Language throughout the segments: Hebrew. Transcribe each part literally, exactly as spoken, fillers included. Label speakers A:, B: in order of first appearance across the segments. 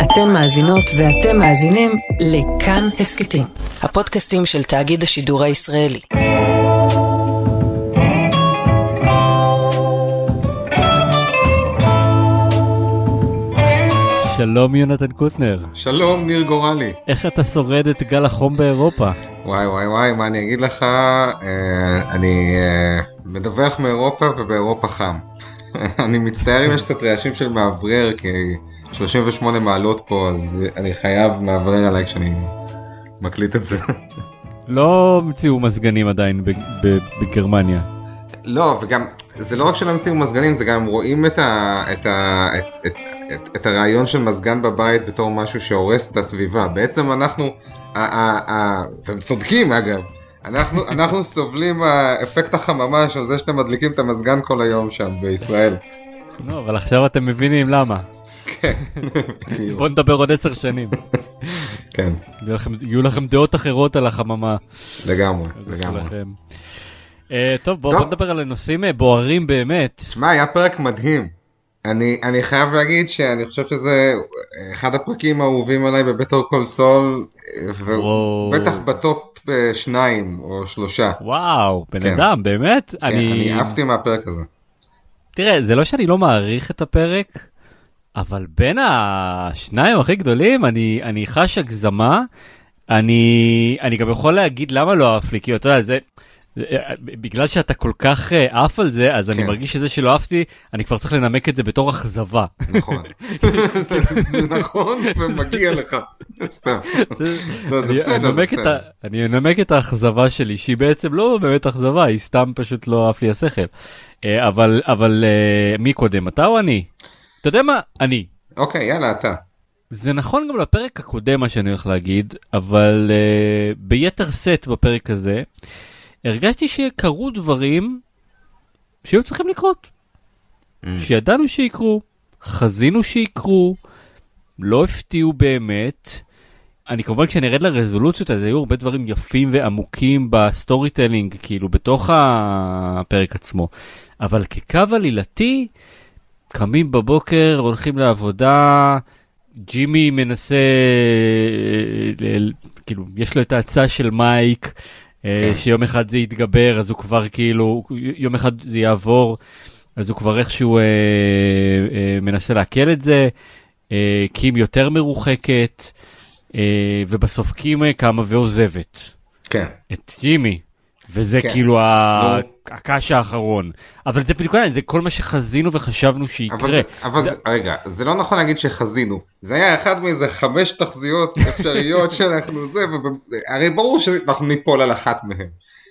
A: אתן מאזינות ואתם מאזינים לכאן הסקטים, הפודקאסטים של תאגיד השידור הישראלי.
B: שלום יונתן קוטנר.
C: שלום ניר גורלי.
B: איך אתה שורד את גל החום באירופה?
C: וואי וואי וואי, מה אני אגיד לך, אה, אני אה, מדווח מאירופה ובאירופה חם. אני מצטער אם יש קצת רעשים של מעברר, כי שלושים ושמונה מעלות פה, אז אני חייב מעברר עליי כשאני מקליט את זה.
B: לא המציאו מזגנים עדיין בגרמניה.
C: לא, וגם, זה לא רק שלא המציאו מזגנים, זה גם רואים את, ה, את, ה, את, את, את, את הרעיון של מזגן בבית בתור משהו שהורס את הסביבה. בעצם אנחנו, ה, ה, ה, והם צודקים אגב, אנחנו, אנחנו סובלים האפקט החממה של זה שאתם מדליקים את המזגן כל היום שם בישראל.
B: לא, אבל עכשיו אתם מבינים למה.
C: כן.
B: בואו נדבר עוד עשר שנים.
C: כן.
B: יהיו לכם דעות אחרות על החממה.
C: לגמרי, לגמרי.
B: טוב, בואו נדבר על הנושאים בוערים באמת.
C: שמע, היה פרק מדהים. אני, אני חייב להגיד שאני חושב שזה אחד הפרקים האהובים עליי בבטר קול סול, ובטח בטופ שניים או שלושה.
B: וואו, בן אדם, באמת?
C: כן, אני אהבתי מהפרק הזה.
B: תראה, זה לא שאני לא מעריך את הפרק, אבל בין השניים הכי גדולים, אני, אני חש הגזמה, אני, אני גם יכול להגיד למה לא אהב לי, כי אתה יודע, זה, בגלל שאתה כל כך אהב על זה, אז אני מרגיש שזה שלא אהבתי, אני כבר צריך לנמק את זה בתור אכזבה.
C: נכון. זה נכון, ומגיע לך. סתם. לא, זה בסדר, זה בסדר.
B: אני אנמק את האכזבה שלי, שהיא בעצם לא באמת אכזבה, היא סתם פשוט לא אהב לי השכל. אבל, אבל מי קודם, אתה או אני? אתה יודע מה? אני.
C: אוקיי, יאללה, אתה.
B: זה נכון גם לפרק הקודם, מה שאני הולך להגיד, אבל ביתר סט בפרק הזה, הרגשתי שקרו דברים שהיו צריכים לקרות. Mm. שידענו שיקרו, חזינו שיקרו, לא הפתיעו באמת. אני כמובן כשאני ארד לרזולוציות, אז היו הרבה דברים יפים ועמוקים בסטורי טלינג, כאילו בתוך הפרק עצמו. אבל כקו עלילתי, קמים בבוקר, הולכים לעבודה, ג'ימי מנסה, כאילו, יש לו את ההצעה של מייק, שיום אחד זה יתגבר, אז הוא כבר כאילו, יום אחד זה יעבור, אז הוא כבר איכשהו אה, אה, מנסה להקל את זה, אה, קים יותר מרוחקת, אה, ובסוף קים קמה ועוזבת.
C: כן.
B: את ג'ימי, וזה כן. כאילו הקש האחרון. אבל זה בדיוק, זה כל מה שחזינו וחשבנו שיקרה.
C: אבל, זה, אבל זה... זה, רגע, זה לא נכון להגיד שחזינו. זה היה אחד מאיזה חמש תחזיות אפשריות שאנחנו זה, הרי ברור שאנחנו ניפול על אחת מהם.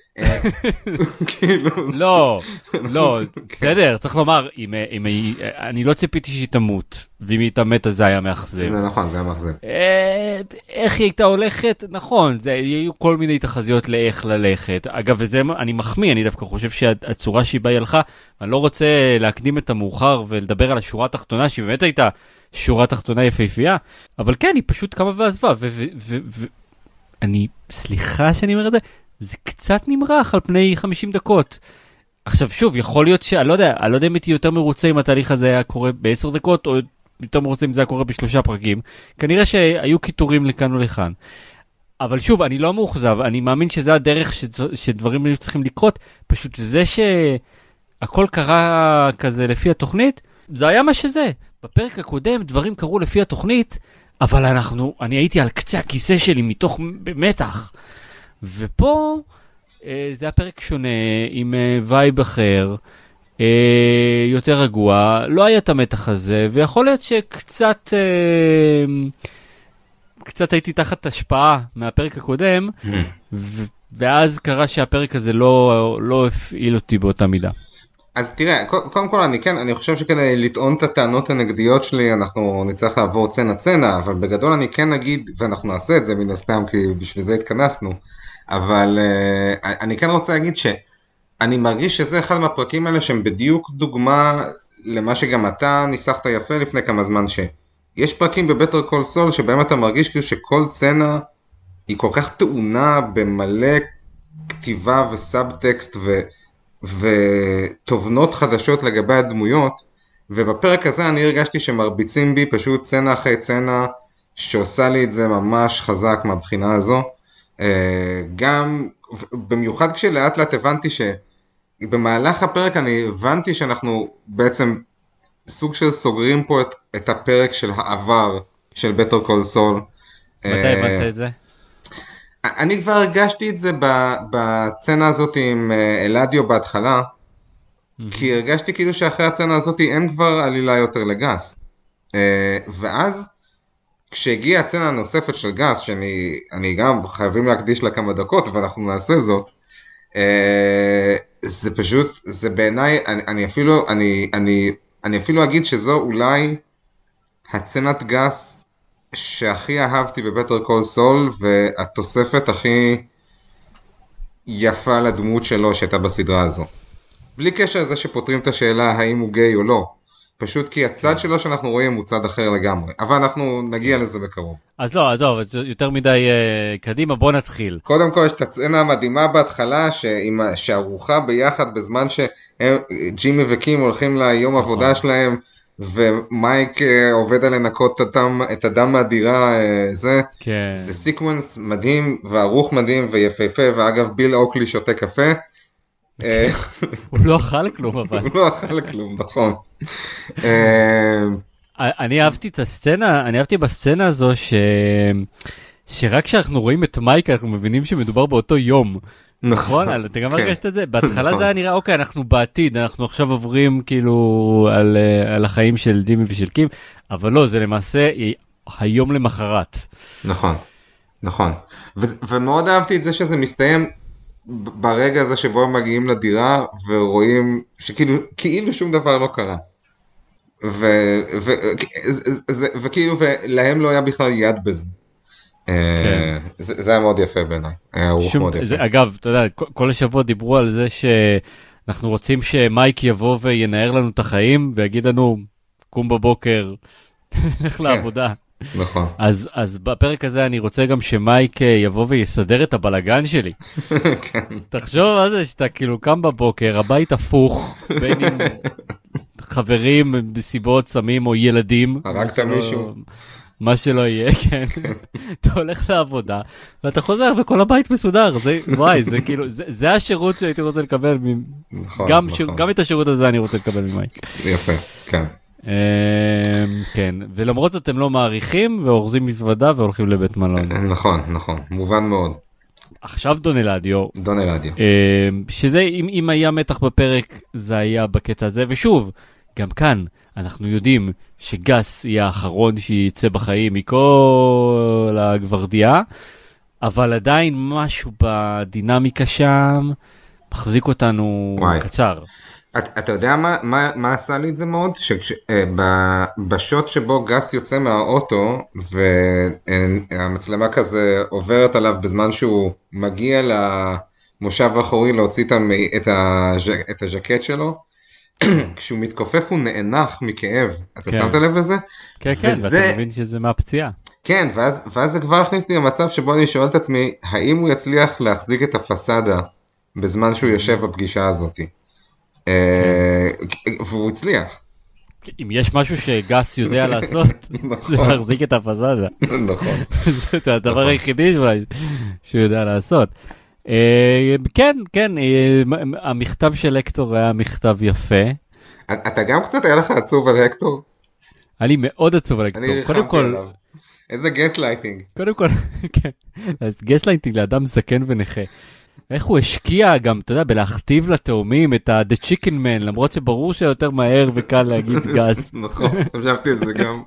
B: לא, לא, בסדר, צריך לומר, אני לא ציפיתי שהיא תמות, ואם היא תמת אז זה היה מאכזב.
C: זה נכון, זה היה מאכזב.
B: איך היא הייתה הולכת? נכון, היו כל מיני תחזיות לאיך ללכת. אגב, וזה אני מחמיא, אני דווקא חושב שהצורה שהיא בה הלכה, אני לא רוצה להקדים את המאוחר ולדבר על השורה התחתונה, שהיא באמת הייתה שורה תחתונה יפהפייה, אבל כן, היא פשוט קמה ועזבה, ואני, סליחה שאני אומר את זה, זה קצת נמרח על פני חמישים דקות. עכשיו שוב, יכול להיות שאני לא יודע, אני לא יודע אם הייתי יותר מרוצה אם התהליך הזה היה קורה בעשר דקות, או יותר מרוצה אם זה היה קורה בשלושה פרקים. כנראה שהיו כיתורים לכאן ולכאן. אבל שוב, אני לא מאוכזב, אני מאמין שזה הדרך ש... שדברים היו צריכים לקרות, פשוט זה שהכל קרה כזה לפי התוכנית, זה היה מה שזה. בפרק הקודם דברים קרו לפי התוכנית, אבל אנחנו, אני הייתי על קצה הכיסא שלי מתוך מתח. ופה אה, זה הפרק שונה עם אה, וייב אחר, אה, יותר רגוע, לא היה את המתח הזה, ויכול להיות שקצת אה, קצת הייתי תחת השפעה מהפרק הקודם, ו- ואז קרה שהפרק הזה לא, לא הפעיל אותי באותה מידה.
C: אז תראה, קודם כל אני כן, אני חושב שכדי לטעון את הטענות הנגדיות שלי, אנחנו נצטרך לעבור צנה צנה, אבל בגדול אני כן אגיד, ואנחנו נעשה את זה מן הסתם, כי בשביל זה התכנסנו, אבל uh, אני כן רוצה להגיד שאני מרגיש שזה אחד מהפרקים האלה שהם בדיוק דוגמה למה שגם אתה ניסחת יפה לפני כמה זמן, שיש פרקים בבטר קול סול שבהם אתה מרגיש כאילו שכל צנה היא כל כך טעונה במלא כתיבה וסאבטקסט ו... ותובנות חדשות לגבי הדמויות, ובפרק הזה אני הרגשתי שמרביצים בי פשוט צנה אחרי צנה שעושה לי את זה ממש חזק מהבחינה הזו. גם, במיוחד כשלאט לאט הבנתי שבמהלך הפרק אני הבנתי שאנחנו בעצם סוג של סוגרים פה את, את הפרק של העבר של Better Call Saul.
B: מתי הבנת את זה?
C: אני כבר הרגשתי את זה בצנה הזאת עם אלדיו בהתחלה, כי הרגשתי כאילו שאחרי הצנה הזאת אין כבר עלילה יותר לגס. ואז כשהגיעה הצנה הנוספת של גס, שאני אני גם חייבים להקדיש לה כמה דקות ואנחנו נעשה זאת, זה פשוט, זה בעיניי, אני, אני אפילו, אני, אני, אני אפילו אגיד שזו אולי הצנת גס שהכי אהבתי בבטר קול סול, והתוספת הכי יפה לדמות שלו שהייתה בסדרה הזו. בלי קשר לזה שפותרים את השאלה האם הוא גיי או לא, פשוט כי הצד שלו שאנחנו רואים הוא צד אחר לגמרי, אבל אנחנו נגיע לזה בקרוב.
B: אז לא, אז לא, יותר מדי uh, קדימה, בוא נתחיל.
C: קודם כל יש את הצנה המדהימה בהתחלה, שהארוחה ביחד בזמן שג'ימי וקים הולכים ליום עבודה שלהם, ומייק עובד על לנקות את הדם מהדירה, זה,
B: כן.
C: זה סיקוונס מדהים, וערוך מדהים ויפהפה, ואגב ביל אוקלי שותה קפה.
B: הוא לא אכל כלום אבל.
C: הוא לא אכל כלום, נכון.
B: אני אהבתי את הסצנה, אני אהבתי בסצנה הזו ש... שרק כשאנחנו רואים את מייק אנחנו מבינים שמדובר באותו יום. נכון? אתה גם הרגשת את זה? בהתחלה זה היה נראה, אוקיי, אנחנו בעתיד, אנחנו עכשיו עוברים כאילו על, על החיים של דימי ושל קים, אבל לא, זה למעשה היום למחרת.
C: נכון, נכון. ו- ומאוד אהבתי את זה שזה מסתיים ברגע הזה שבו הם מגיעים לדירה ורואים שכאילו כאילו שום דבר לא קרה. ו- ו- ו- וכאילו ולהם לא היה בכלל יד בזה. כן. זה, זה היה מאוד יפה בעיניי, היה רוח מאוד יפה.
B: זה, אגב, אתה יודע, כל, כל השבוע דיברו על זה שאנחנו רוצים שמייק יבוא וינער לנו את החיים, ויגיד לנו, קום בבוקר, נלך לעבודה.
C: נכון.
B: אז, אז בפרק הזה אני רוצה גם שמייק יבוא ויסדר את הבלגן שלי.
C: כן.
B: תחשוב על זה שאתה כאילו קם בבוקר, הבית הפוך, בין אם חברים, בסיבות, סמים או ילדים.
C: הרגת מישהו.
B: מה שלא יהיה, כן. אתה הולך לעבודה, ואתה חוזר, וכל הבית מסודר. זה, וואי, זה כאילו, זה, זה השירות שהייתי רוצה לקבל.
C: נכון,
B: גם,
C: נכון.
B: שיר, גם את השירות הזה אני רוצה לקבל ממייק.
C: יפה, כן.
B: כן, ולמרות זאת הם לא מעריכים, ואורזים מזוודה, והולכים לבית מלון.
C: נכון, נכון, מובן מאוד.
B: עכשיו דון אלדיו.
C: דון אלדיו.
B: שזה, אם, אם היה מתח בפרק, זה היה בקטע הזה, ושוב, גם כאן, אנחנו יודעים שגס יהיה האחרון שיצא בחיים מכל הגוורדיה, אבל עדיין משהו בדינמיקה שם מחזיק אותנו וואי. קצר.
C: אתה את יודע מה, מה, מה עשה לי את זה מאוד? שבשוט שבו גס יוצא מהאוטו והמצלמה כזה עוברת עליו בזמן שהוא מגיע למושב האחורי להוציא את, הז', את הז'קט שלו, כשהוא מתכופף הוא נאנח מכאב, אתה כן. שמת לב לזה?
B: כן, כן, וזה... ואתה מבין שזה מהפציעה.
C: כן, ואז, ואז זה כבר הכניס לי למצב שבו אני שואל את עצמי, האם הוא יצליח להחזיק את הפסדה בזמן שהוא יושב בפגישה הזאת? כן. והוא הצליח.
B: אם יש משהו שגס יודע לעשות, זה להחזיק את הפסדה.
C: נכון.
B: זה הדבר היחידי שהוא יודע לעשות. כן, כן, המכתב של הקטור היה מכתב יפה.
C: אתה גם קצת היה לך עצוב על הקטור?
B: היה לי מאוד עצוב על הקטור.
C: אני ריחמתי עליו. איזה גסלייטינג.
B: קודם כל, כן, אז גסלייטינג לאדם זקן ונכה. איך הוא השקיע גם, אתה יודע, בלהכתיב לתאומים את ה-The Chicken Man, למרות שברור שיותר מהר וקל להגיד גס.
C: נכון, חשבתי על זה גם.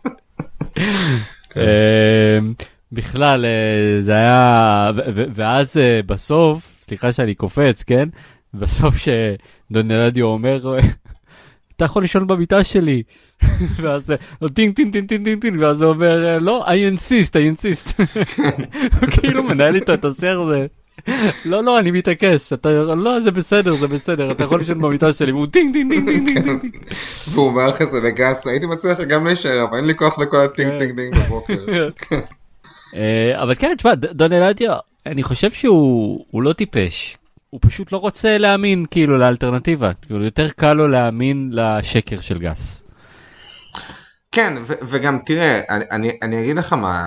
B: בכלל, זה היה, ואז בסוף, סליחה שאני קופץ, כן? בסוף שדון אלדיו אומר, אתה יכול לישון במיטה שלי. ואז טינג טינג טינג טינג טינג טינג, ואז הוא אומר, לא, I insist, I insist. הוא כאילו מנהל איתו את השיח הזה. לא, לא, אני מתעקש. לא, זה בסדר, זה בסדר, אתה יכול לישון במיטה שלי. והוא טינג טינג טינג טינג טינג.
C: והוא אומר לך זה וגס, הייתי מצליח גם להישאר, אבל אין לי כוח לכל הטינג טינג טינג בבוקר.
B: אבל כן, תשמע, דון אלדיו, אני חושב שהוא לא טיפש. הוא פשוט לא רוצה להאמין כאילו לאלטרנטיבה. כאילו יותר קל לו להאמין לשקר של גס.
C: כן, ו- וגם תראה, אני, אני אגיד לך מה,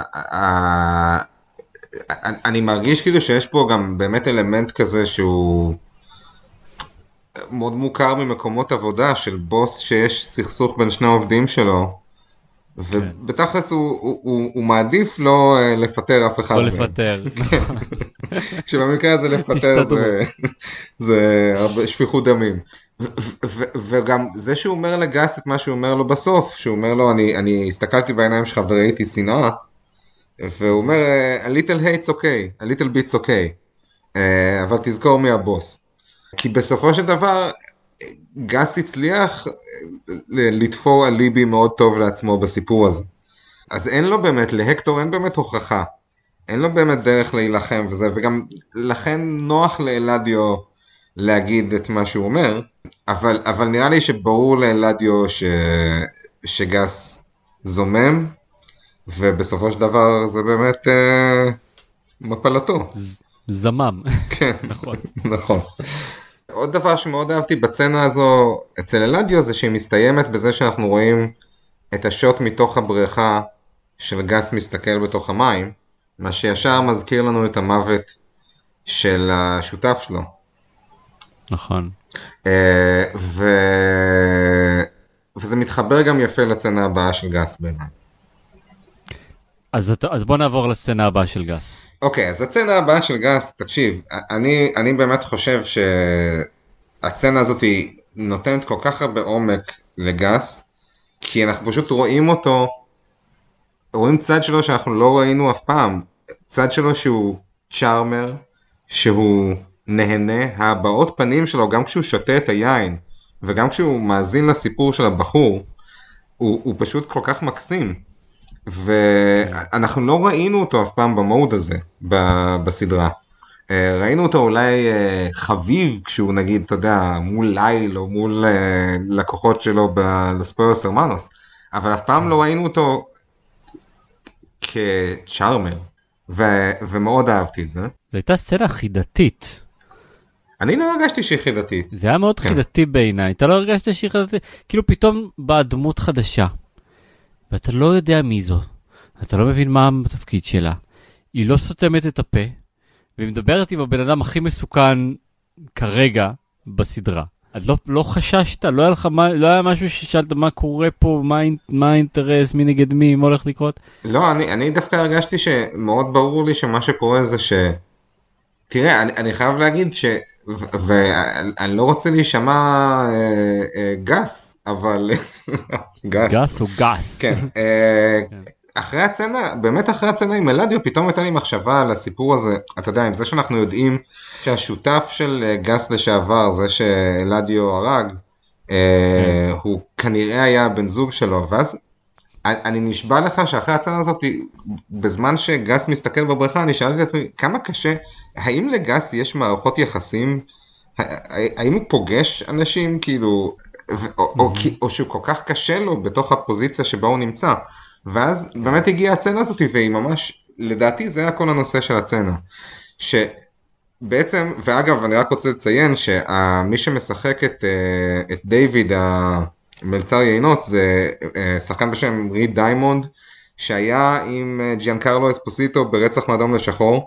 C: אני מרגיש כאילו שיש פה גם באמת אלמנט כזה שהוא מאוד מוכר ממקומות עבודה של בוס שיש סכסוך בין שני העובדים שלו, ובתכלס הוא, הוא, הוא, הוא מעדיף לא לפטר אף אחד.
B: לא לפטר.
C: שבמקרה הזה לפטר זה, זה הרבה שפיכות דמים. ו- ו- וגם זה שהוא אומר לגס את מה שהוא אומר לו בסוף, שהוא אומר לו, אני, אני הסתכלתי בעיניים שלך וראיתי שנאה, והוא אומר, a little hate's okay, a little bit's okay, אבל תזכור מי הבוס. כי בסופו של דבר, גס הצליח לתפור אליבי מאוד טוב לעצמו בסיפור הזה. אז אין לו באמת, להקטור אין באמת הוכחה, אין לו באמת דרך להילחם וזה, וגם לכן נוח לאלדיו להגיד את מה שהוא אומר, אבל, אבל נראה לי שברור לאלדיו ש, שגס זומם, ובסופו של דבר זה באמת אה, מפלתו.
B: ז, זמם.
C: כן,
B: נכון.
C: נכון. עוד דבר שמאוד אהבתי בצנה הזו אצל אלדיו זה שהיא מסתיימת בזה שאנחנו רואים את השוט מתוך הבריכה של גס מסתכל בתוך המים, מה שישר מזכיר לנו את המוות של השותף שלו.
B: נכון.
C: אה, ו... וזה מתחבר גם יפה לצנה הבאה של גס בעיניי.
B: אז, אז בוא נעבור לסצנה הבאה של גס.
C: אוקיי, אז הצצנה הבאה של גס, תקשיב, אני, אני באמת חושב שהצצנה הזאת היא נותנת כל כך הרבה עומק לגס, כי אנחנו פשוט רואים אותו, רואים צד שלו שאנחנו לא ראינו אף פעם, צד שלו שהוא צ'ארמר, שהוא נהנה, הבעות פנים שלו, גם כשהוא שותה את היין, וגם כשהוא מאזין לסיפור של הבחור, הוא, הוא פשוט כל כך מקסים. ואנחנו לא ראינו אותו אף פעם במוד הזה בסדרה. ראינו אותו אולי חביב כשהוא נגיד, אתה יודע, מול ליל או מול לקוחות שלו בלספויוס הרמנוס, אבל אף פעם לא ראינו אותו כצ'ארמר, ו- ומאוד אהבתי את זה. זו
B: הייתה סצנה חידתית.
C: אני לא הרגשתי שהיא חידתית.
B: זה היה מאוד כן. חידתי בעיניי, אתה לא הרגשת שהיא חידתית, כאילו פתאום באה דמות חדשה. ואתה לא יודע מי זו, אתה לא מבין מה התפקיד שלה, היא לא סותמת את הפה, והיא מדברת עם הבן אדם הכי מסוכן כרגע בסדרה. אז לא, לא חששת, לא היה לך מה, לא היה משהו ששאלת מה קורה פה, מה, מה האינטרס, מי נגד מי, מה הולך לקרות?
C: לא, אני, אני דווקא הרגשתי שמאוד ברור לי שמה שקורה זה ש... תראה, אני, אני חייב להגיד ש... ואני לא רוצה להישמע אה, אה, גס, אבל...
B: גס. גס או גס.
C: כן. אה, אחרי הצנה, באמת אחרי הצנה עם אלדיו, פתאום הייתה לי מחשבה על הסיפור הזה, אתה יודע, עם זה שאנחנו יודעים שהשותף של גס לשעבר, זה שאלדיו הרג, אה, כן. הוא כנראה היה בן זוג שלו, ואז אני נשבע לך שאחרי הצנה הזאת, בזמן שגס מסתכל בבריכה, אני שאלתי לעצמי, כמה קשה, האם לגס יש מערכות יחסים, האם הוא פוגש אנשים, כאילו, או, או, או שהוא כל כך קשה לו בתוך הפוזיציה שבה הוא נמצא, ואז באמת הגיעה הצנה הזאת, והיא ממש, לדעתי זה היה כל הנושא של הצנה, שבעצם, ואגב, אני רק רוצה לציין, שמי שמשחק את, את דיוויד, מלצר יינות, זה שחקן בשם ריד דיימונד, שהיה עם ג'יאנקרלו אספוסיטו ברצח מאדום לשחור,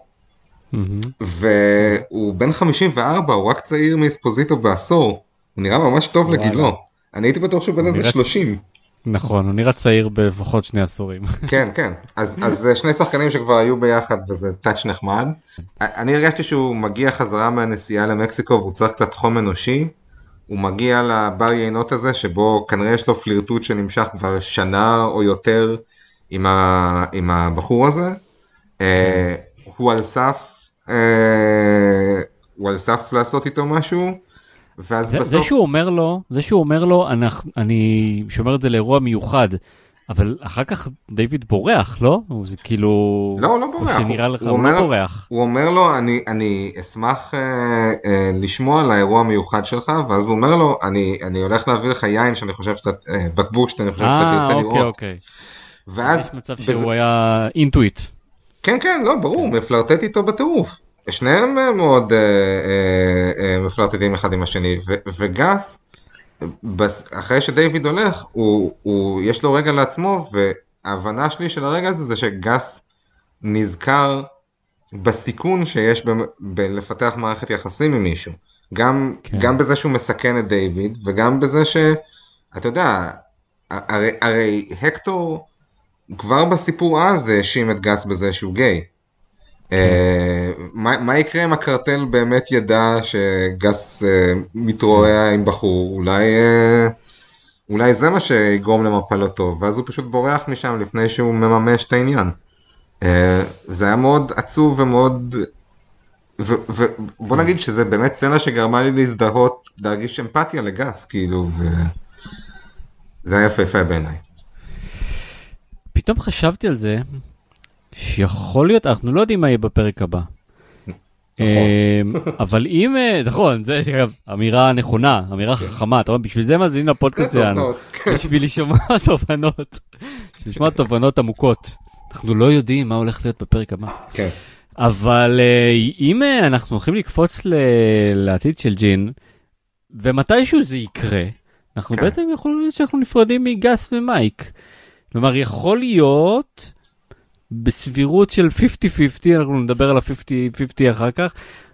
C: והוא בן חמישים וארבע, הוא רק צעיר מאספוסיטו בעשור, הוא נראה ממש טוב לגילו, אני הייתי בטוח שהוא בן איזה שלושים.
B: נכון, הוא נראה צעיר בפחות שני עשורים.
C: כן, כן, אז שני שחקנים שכבר היו ביחד וזה טאץ' נחמד, אני הרגשתי שהוא מגיע חזרה מהנסיעה למקסיקו והוא צריך קצת חום אנושי, הוא מגיע לבר יינות הזה, שבו כנראה יש לו פלירטוט שנמשך כבר שנה או יותר עם, ה, עם הבחור הזה. כן. Uh, הוא על סף, uh, הוא על סף לעשות איתו משהו, ואז
B: זה,
C: בסוף...
B: זה שהוא אומר לו, זה שהוא אומר לו, אני, אני שומר את זה לאירוע מיוחד, אבל אחר כך דיוויד בורח, לא? זה כאילו...
C: לא, הוא לא בורח.
B: שנראה לך,
C: הוא,
B: הוא
C: אומר,
B: לא בורח.
C: הוא אומר לו, אני, אני אשמח אה, אה, לשמוע על האירוע המיוחד שלך, ואז הוא אומר לו, אני, אני הולך להביא לך יין שאני חושב שאתה, אה, בקבוק שאתה חושב שאתה תרצה לראות.
B: אה, אוקיי, אוקיי.
C: ואז...
B: יש מצב בזה... שהוא היה אינטואיט.
C: כן, כן, לא, ברור, הוא מפלרטט איתו בטירוף. שניהם מאוד אה, אה, אה, מפלרטטים אחד עם השני, ו, וגס, בס... אחרי שדייוויד הולך, הוא, הוא, יש לו רגע לעצמו, וההבנה שלי של הרגע הזה זה שגס נזכר בסיכון שיש ב... בלפתח מערכת יחסים עם מישהו. גם, כן. גם בזה שהוא מסכן את דיוויד, וגם בזה ש... אתה יודע, הרי, הרי הקטור כבר בסיפור אז האשים את גס בזה שהוא גיי. מה, מה יקרה אם הקרטל באמת ידע שגס מתרועע עם בחור? אולי, אולי זה מה שיגרום למפלתו, ואז הוא פשוט בורח משם לפני שהוא מממש את העניין. זה היה מאוד עצוב ומאוד, ובוא נגיד שזה באמת סצנה שגרמה לי להזדהות, להרגיש אמפתיה לגס, כאילו, וזה היה יפה בעיניי.
B: פתאום חשבתי על זה, שיכול להיות, אנחנו לא יודעים מה יהיה בפרק הבא. אבל אם, נכון, זה אמירה נכונה, אמירה חכמה, אתה רואה, בשביל זה מאזינים לפודקאסט שלנו, בשביל לשמוע תובנות, בשביל לשמוע תובנות עמוקות. אנחנו לא יודעים מה הולך להיות בפרק הבא.
C: כן.
B: אבל אם אנחנו הולכים לקפוץ לעתיד של ג'ין, ומתישהו זה יקרה, אנחנו בעצם יכולים להיות שאנחנו נפרדים מגס ומייק. כלומר, יכול להיות... בסבירות של חמישים חמישים, אנחנו נדבר על ה-חמישים חמישים אחר כך,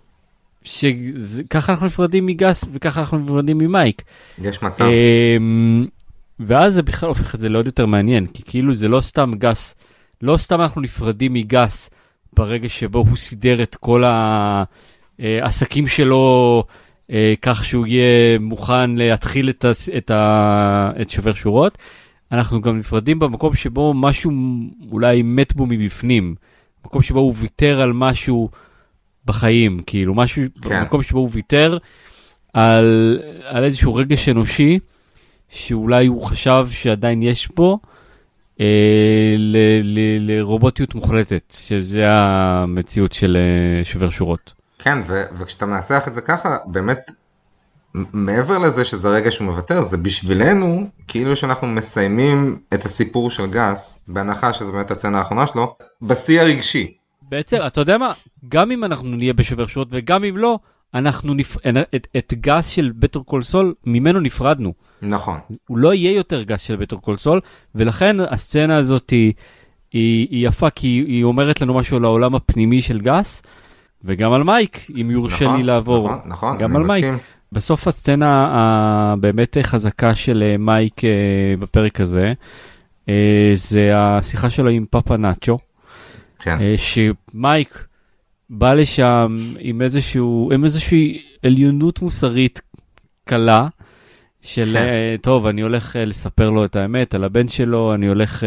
B: שככה אנחנו נפרדים מגס וככה אנחנו נפרדים ממייק.
C: יש מצב.
B: ואז זה בכלל הופך את זה לעוד יותר מעניין, כי כאילו זה לא סתם גס, לא סתם אנחנו נפרדים מגס ברגע שבו הוא סידר את כל העסקים שלו, כך שהוא יהיה מוכן להתחיל את, את, את שובר שורות, אנחנו גם נפרדים במקום שבו משהו אולי מת בו מבפנים, מקום שבו הוא ויתר על משהו בחיים, כאילו משהו, כן. במקום שבו הוא ויתר על, על איזשהו רגש אנושי, שאולי הוא חשב שעדיין יש בו, אה, ל, ל, לרובוטיות מוחלטת, שזה המציאות של אה, שובר שורות.
C: כן, ו- וכשאתה מנסח את זה ככה, באמת, מעבר לזה שזה רגע שהוא מוותר, זה בשבילנו, כאילו שאנחנו מסיימים את הסיפור של גס, בהנחה שזה באמת הצנה האחרונה שלו, בשיא הרגשי.
B: בעצם, אתה יודע מה? גם אם אנחנו נהיה בשובר שורות, וגם אם לא, אנחנו נפ... את, את גס של בטר קול סול, ממנו נפרדנו.
C: נכון.
B: הוא לא יהיה יותר גס של בטר קול סול, ולכן הסצנה הזאת היא, היא, היא יפה, כי היא אומרת לנו משהו על העולם הפנימי של גס, וגם על מייק, אם יורשה
C: נכון,
B: לי לעבור.
C: נכון, נכון,
B: גם על מייק. בסוף הסצנה הבאמת חזקה של מייק בפרק הזה, זה השיחה שלו עם פאפה נאצ'ו,
C: כן.
B: שמייק בא לשם עם איזשהו, עם איזושהי עליונות מוסרית קלה, של כן. טוב, אני הולך לספר לו את האמת על הבן שלו, אני הולך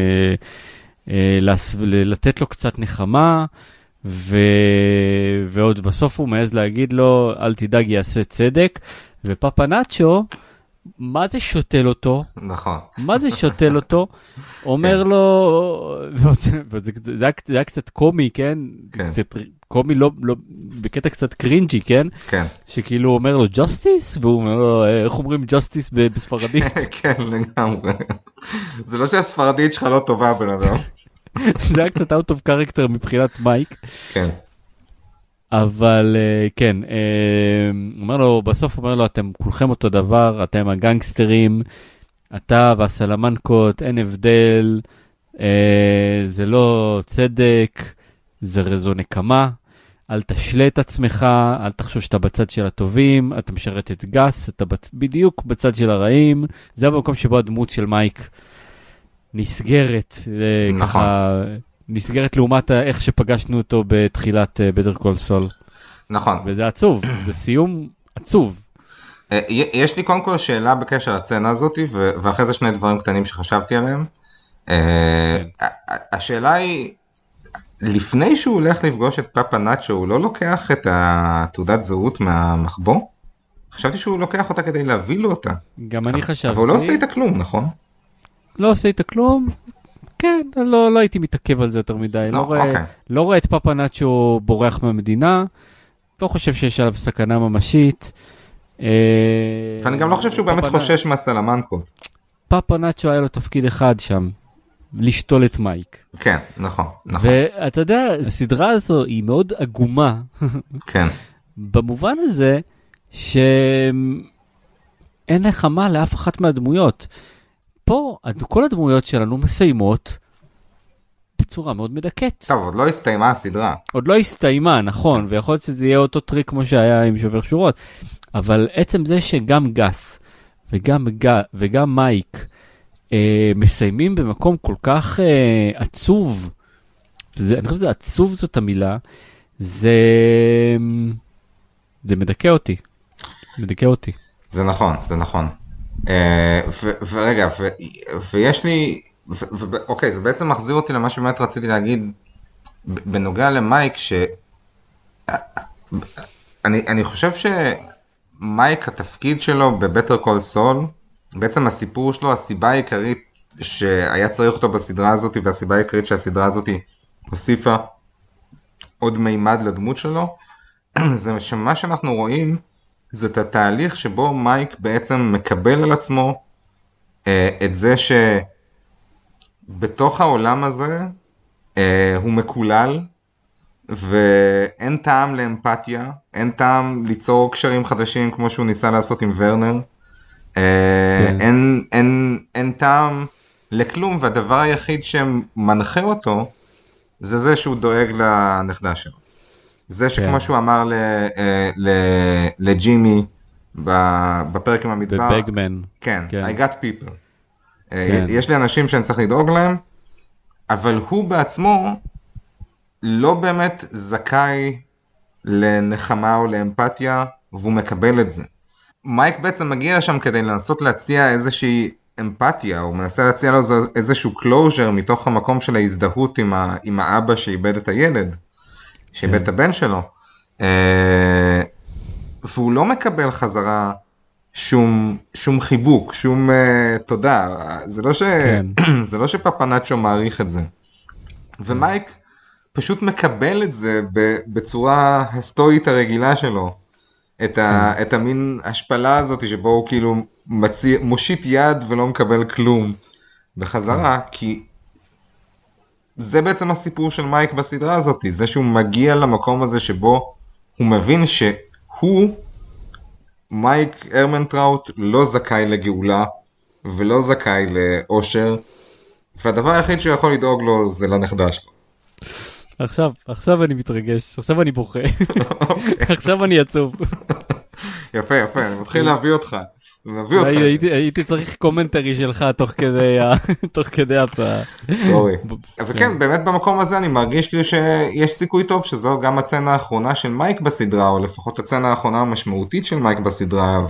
B: לתת לו קצת נחמה, ו... ועוד בסוף הוא מעז להגיד לו, אל תדאג, יעשה צדק, ופאפה נאצ'ו, מה זה שותל אותו?
C: נכון.
B: מה זה שותל אותו? אומר לו, וזה, זה, היה, זה היה קצת קומי, כן?
C: כן.
B: קצת קומי, לא, לא, בקטע קצת קרינג'י, כן?
C: כן.
B: שכאילו אומר לו, ג'סטיס? והוא אומר לו, איך אומרים ג'סטיס בספרדית?
C: כן, לגמרי. זה לא שהספרדית שלך לא טובה, בן אדם.
B: זה היה קצת out of character מבחינת מייק.
C: כן.
B: אבל כן, אומר לו, בסוף אומר לו, אתם כולכם אותו דבר, אתם הגנגסטרים, אתה והסלמנקות, אין הבדל, זה לא צדק, זה רזו נקמה, אל תשלה את עצמך, אל תחשוב שאתה בצד של הטובים, אתה משרת את גס, אתה בצ... בדיוק בצד של הרעים, זה המקום שבו הדמות של מייק נסגרת, נכון. ככה, נסגרת לעומת איך שפגשנו אותו בתחילת בטר קול סול.
C: נכון.
B: וזה עצוב, זה סיום עצוב.
C: יש לי קודם כל שאלה בקשר לצנה הזאת, ואחרי זה שני דברים קטנים שחשבתי עליהם. השאלה היא, לפני שהוא הולך לפגוש את פאפה נאצ'ו, הוא לא לוקח את התעודת זהות מהמחבוא? חשבתי שהוא לוקח אותה כדי להביא לו אותה.
B: גם אני חשבתי.
C: אבל הוא לא עושה איתה כלום, נכון?
B: לא עושה איתה כלום, כן, לא, לא הייתי מתעכב על זה יותר מדי, לא, לא, רואה, אוקיי. לא רואה את פאפה נאצ'ו בורח מהמדינה, לא חושב שיש עליו סכנה ממשית.
C: ואני גם לא חושב שהוא באמת חושש מהסלמנקות.
B: פאפה נאצ'ו היה לו תפקיד אחד שם, לשתול את מייק.
C: כן, נכון, נכון.
B: ואתה יודע, הסדרה הזו היא מאוד עגומה.
C: כן.
B: במובן הזה, ש... אין נחמה לאף אחת מהדמויות. פה, כל הדמויות שלנו מסיימות בצורה מאוד מדכאת.
C: טוב, עוד לא הסתיימה הסדרה.
B: עוד לא הסתיימה, נכון, ויכול להיות שזה יהיה אותו טריק כמו שהיה עם שובר שורות, אבל עצם זה שגם גס וגם, וגם מייק אה, מסיימים במקום כל כך אה, עצוב, זה, אני חושב שזה עצוב זאת המילה, זה, זה מדכא אותי. מדכא אותי.
C: זה נכון, זה נכון. ורגע, ויש לי, אוקיי, זה בעצם מחזיר אותי למה שבאמת רציתי להגיד, בנוגע למייק, שאני חושב שמייק, התפקיד שלו בבטר קול סול, בעצם הסיפור שלו, הסיבה העיקרית שהיה צריך אותו בסדרה הזאת, והסיבה העיקרית שהסדרה הזאת הוסיפה עוד מימד לדמות שלו, זה שמה שאנחנו רואים, זה את התהליך שבו מייק בעצם מקבל על עצמו אה, את זה שבתוך העולם הזה אה, הוא מקולל, ואין טעם לאמפתיה, אין טעם ליצור קשרים חדשים כמו שהוא ניסה לעשות עם ורנר, אה, כן. אין, אין, אין טעם לכלום, והדבר היחיד שמנחה אותו, זה זה שהוא דואג לנכדה שלו. זה שכמו שהוא אמר לג'ימי בפרק עם המדבר,
B: בבגמן.
C: כן, I got people. יש לי אנשים שאני צריך לדאוג להם, אבל הוא בעצמו לא באמת זכאי לנחמה או לאמפתיה, והוא מקבל את זה. מייק בעצם מגיע לשם כדי לנסות להציע איזושהי אמפתיה, הוא מנסה להציע לו איזשהו closure מתוך המקום של ההזדהות עם האבא שאיבד את הילד. שאיבד את הבן שלו, והוא לא מקבל חזרה שום, שום חיבוק, שום תודה, זה לא, ש... זה לא שפפנצ'ו מעריך את זה. ומייק פשוט מקבל את זה בצורה הסטואית הרגילה שלו, את, ה... את המין השפלה הזאת שבו הוא כאילו מציא... מושיט יד ולא מקבל כלום בחזרה, כי זה בעצם הסיפור של מייק בסדרה הזאת, זה שהוא מגיע למקום הזה שבו הוא מבין שהוא, מייק הרמנטראוט, לא זכאי לגאולה ולא זכאי לאושר, והדבר היחיד שהוא יכול לדאוג לו זה לנכדה שלו.
B: עכשיו, עכשיו אני מתרגש, עכשיו אני בוכה, עכשיו אני עצוב.
C: יפה, יפה, אני מתחיל להביא אותך.
B: הייתי צריך קומנטרי שלך תוך כדי הפעה.
C: סורי. וכן, באמת במקום הזה אני מרגיש כאילו שיש סיכוי טוב שזו גם הצצנה האחרונה של מייק בסדרה, או לפחות הצצנה האחרונה המשמעותית של מייק בסדרה,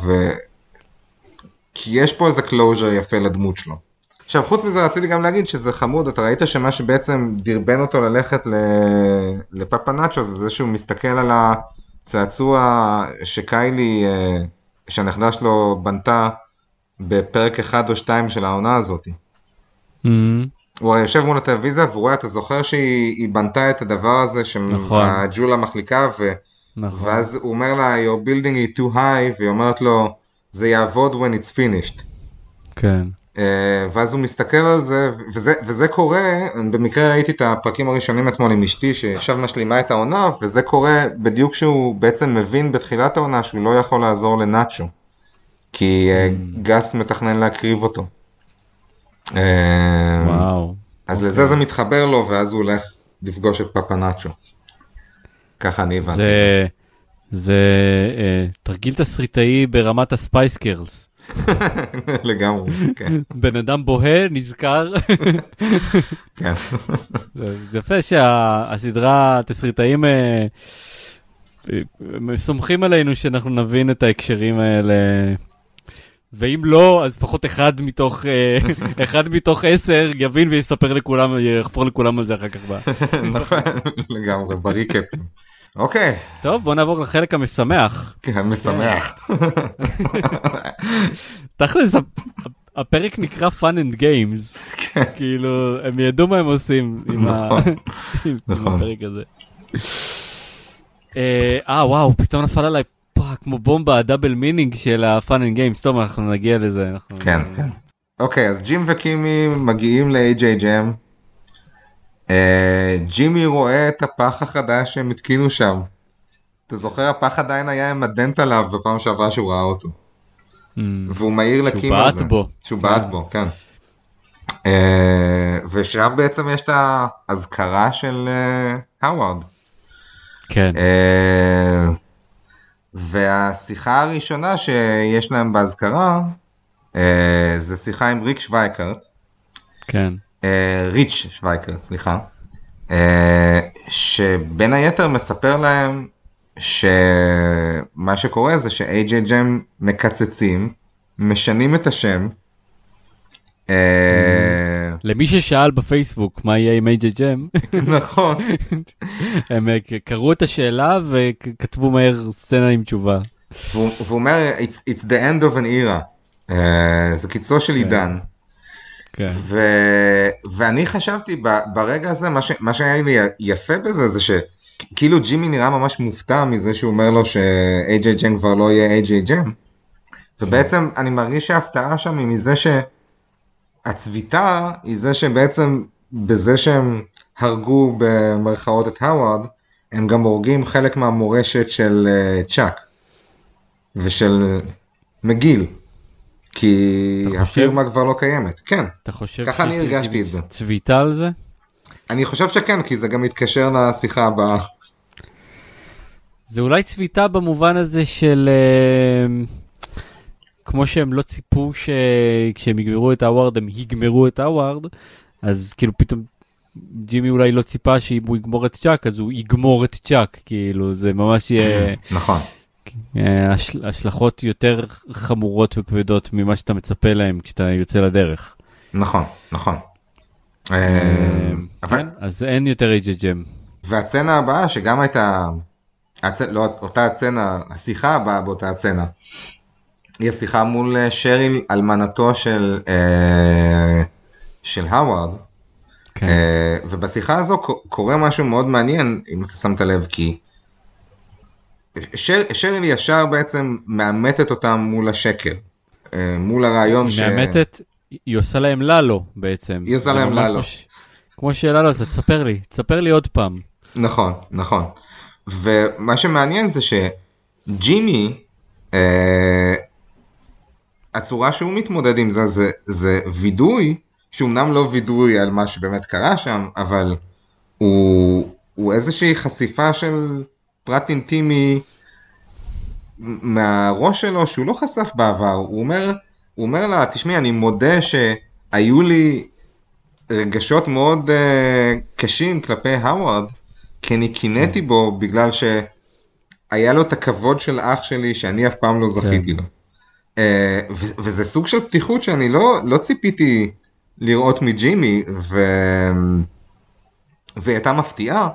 C: כי יש פה איזה closure יפה לדמות שלו. עכשיו, חוץ מזה רציתי גם להגיד שזה חמוד, אתה ראית שמה שבעצם דרבן אותו ללכת לפפנצ'ו, זה זה שהוא מסתכל על הצעצוע שקיילי, שהנכדה שלו בנתה בפרק אחד או שתיים של העונה הזאת. Mm-hmm. הוא יושב מול הטלוויזיה והוא רואה, אתה זוכר שהיא בנתה את הדבר הזה שהג'ולה מחליקה, ו... נכון. ואז הוא אומר לה, you're building it too high, והיא אומרת לו, זה יעבוד when it's finished.
B: כן.
C: Uh, ואז הוא מסתכל על זה, וזה, וזה קורה, במקרה ראיתי את הפרקים הראשונים אתמול עם אשתי, שעכשיו משלימה את העונה, וזה קורה בדיוק שהוא בעצם מבין בתחילת העונה, שהוא לא יכול לעזור לנאצ'ו, כי uh, גס מתכנן להקריב אותו. Uh,
B: וואו.
C: אז okay. לזה זה מתחבר לו, ואז הוא הולך לפגוש את פפנצ'ו. ככה אני הבנתי.
B: זה, זה uh, תרגיל תסריטאי ברמת הספייס קירלס.
C: לגמרי, כן.
B: בן אדם בוהה, נזכר.
C: כן.
B: זה יפה שהסדרה, התסריטאים סומכים עלינו שאנחנו נבין את ההקשרים האלה, ואם לא, אז לפחות אחד מתוך אחד מתוך עשר יבין ויספר לכולם, יחפור לכולם על זה אחר כך.
C: נכון, לגמרי, בריקאפים. אוקיי.
B: טוב, בוא נעבור לחלק המשמח.
C: כן, משמח.
B: תכלס, הפרק נקרא Fun and Games. כאילו, הם ידעו מה הם עושים עם הפרק הזה. אה, וואו, פתאום נפל עליי פאק, כמו בומבה, הדאבל מינינג של ה-Fun and Games. טוב, אנחנו נגיע לזה.
C: כן, כן. אוקיי, אז ג'ים וקימי מגיעים ל-איי ג'יי ג'ם. ג'ימי רואה את הפח החדש שהם התקינו שם. אתה זוכר, הפח עדיין היה עם הדנט עליו בפעם שעברה שהוא ראה אותו. והוא מהיר לקים
B: על
C: על
B: זה.
C: זה.
B: שהוא בעט בו.
C: שהוא בעט בו, כן. ושם בעצם יש את ההזכרה של האוורד.
B: כן.
C: והשיחה הראשונה שיש להם בהזכרה, זה שיחה עם ריק שווייקרט.
B: כן.
C: ריץ' שווייקרט, סליחה. שבין היתר מספר להם שמה שקורה זה ש-איי ג'יי ג'ם מקצצים, משנים את השם.
B: למי ששאל בפייסבוק מה יהיה עם איי ג'יי ג'ם,
C: נכון.
B: הם קראו את השאלה וכתבו מהר סצנה עם תשובה.
C: והוא אומר, it's the end of an era. זה קיצו של עידן. ואני חשבתי ברגע הזה, מה שהיה לי יפה בזה זה שכאילו ג'ימי נראה ממש מופתע מזה שהוא אומר לו ש-איי ג'יי ג'ם כבר לא יהיה איי ג'יי ג'ם. ובעצם אני מרגיש שההפתעה שם היא מזה שהצביטה היא זה שבעצם בזה שהם הרגו במרכאות את האוורד, הם גם הורגים חלק מהמורשת של צ'אק ושל מגיל. כי הפירמה כבר לא קיימת. כן.
B: אתה חושב
C: ככה אני הרגשתי את זה.
B: צביטה על זה?
C: אני חושב שכן, כי זה גם מתקשר לשיחה הבאה.
B: זה אולי צביטה במובן הזה של... כמו שהם לא ציפו שכשהם יגמרו את האוורד, הם יגמרו את האוורד, אז כאילו פתאום ג'ימי אולי לא ציפה שאם הוא יגמור את צ'אק, אז הוא יגמור את צ'אק. כאילו זה ממש יהיה...
C: נכון.
B: השלכות יותר חמורות וכבדות ממה שאתה מצפה להם כשאתה יוצא לדרך.
C: נכון, נכון.
B: אז אין יותר איי ג'יי ג'ם.
C: והצצנה הבאה שגם הייתה, לא אותה הצצנה, השיחה הבאה באותה הצצנה, היא השיחה מול שריל, אלמנתו של של האוורד. ובשיחה הזו קורה משהו מאוד מעניין, אם אתה שמת לב, כי שריל ישר בעצם מאמתת אותם מול השקר, מול הרעיון ש...
B: היא מאמתת, היא עושה להם ללו בעצם.
C: היא עושה להם ללו.
B: כמו שללו, אז תספר לי, תספר לי עוד פעם.
C: נכון, נכון. ומה שמעניין זה שג'ימי, הצורה שהוא מתמודד עם זה, זה, זה וידוי, שאומנם לא וידוי על מה שבאמת קרה שם, אבל הוא, הוא איזושהי חשיפה של... פרט אינטימי מהראש שלו שהוא לא חשף בעבר. הוא אומר, הוא אומר לה, תשמעי, אני מודה שהיו לי רגשות מאוד uh, קשים כלפי האוורד, כי אני קינאתי בו בגלל שהיה לו את הכבוד של אח שלי שאני אף פעם לא זכיתי לו. Uh, ו- וזה סוג של פתיחות שאני לא, לא ציפיתי לראות מג'ימי, ו- והיא הייתה מפתיעה.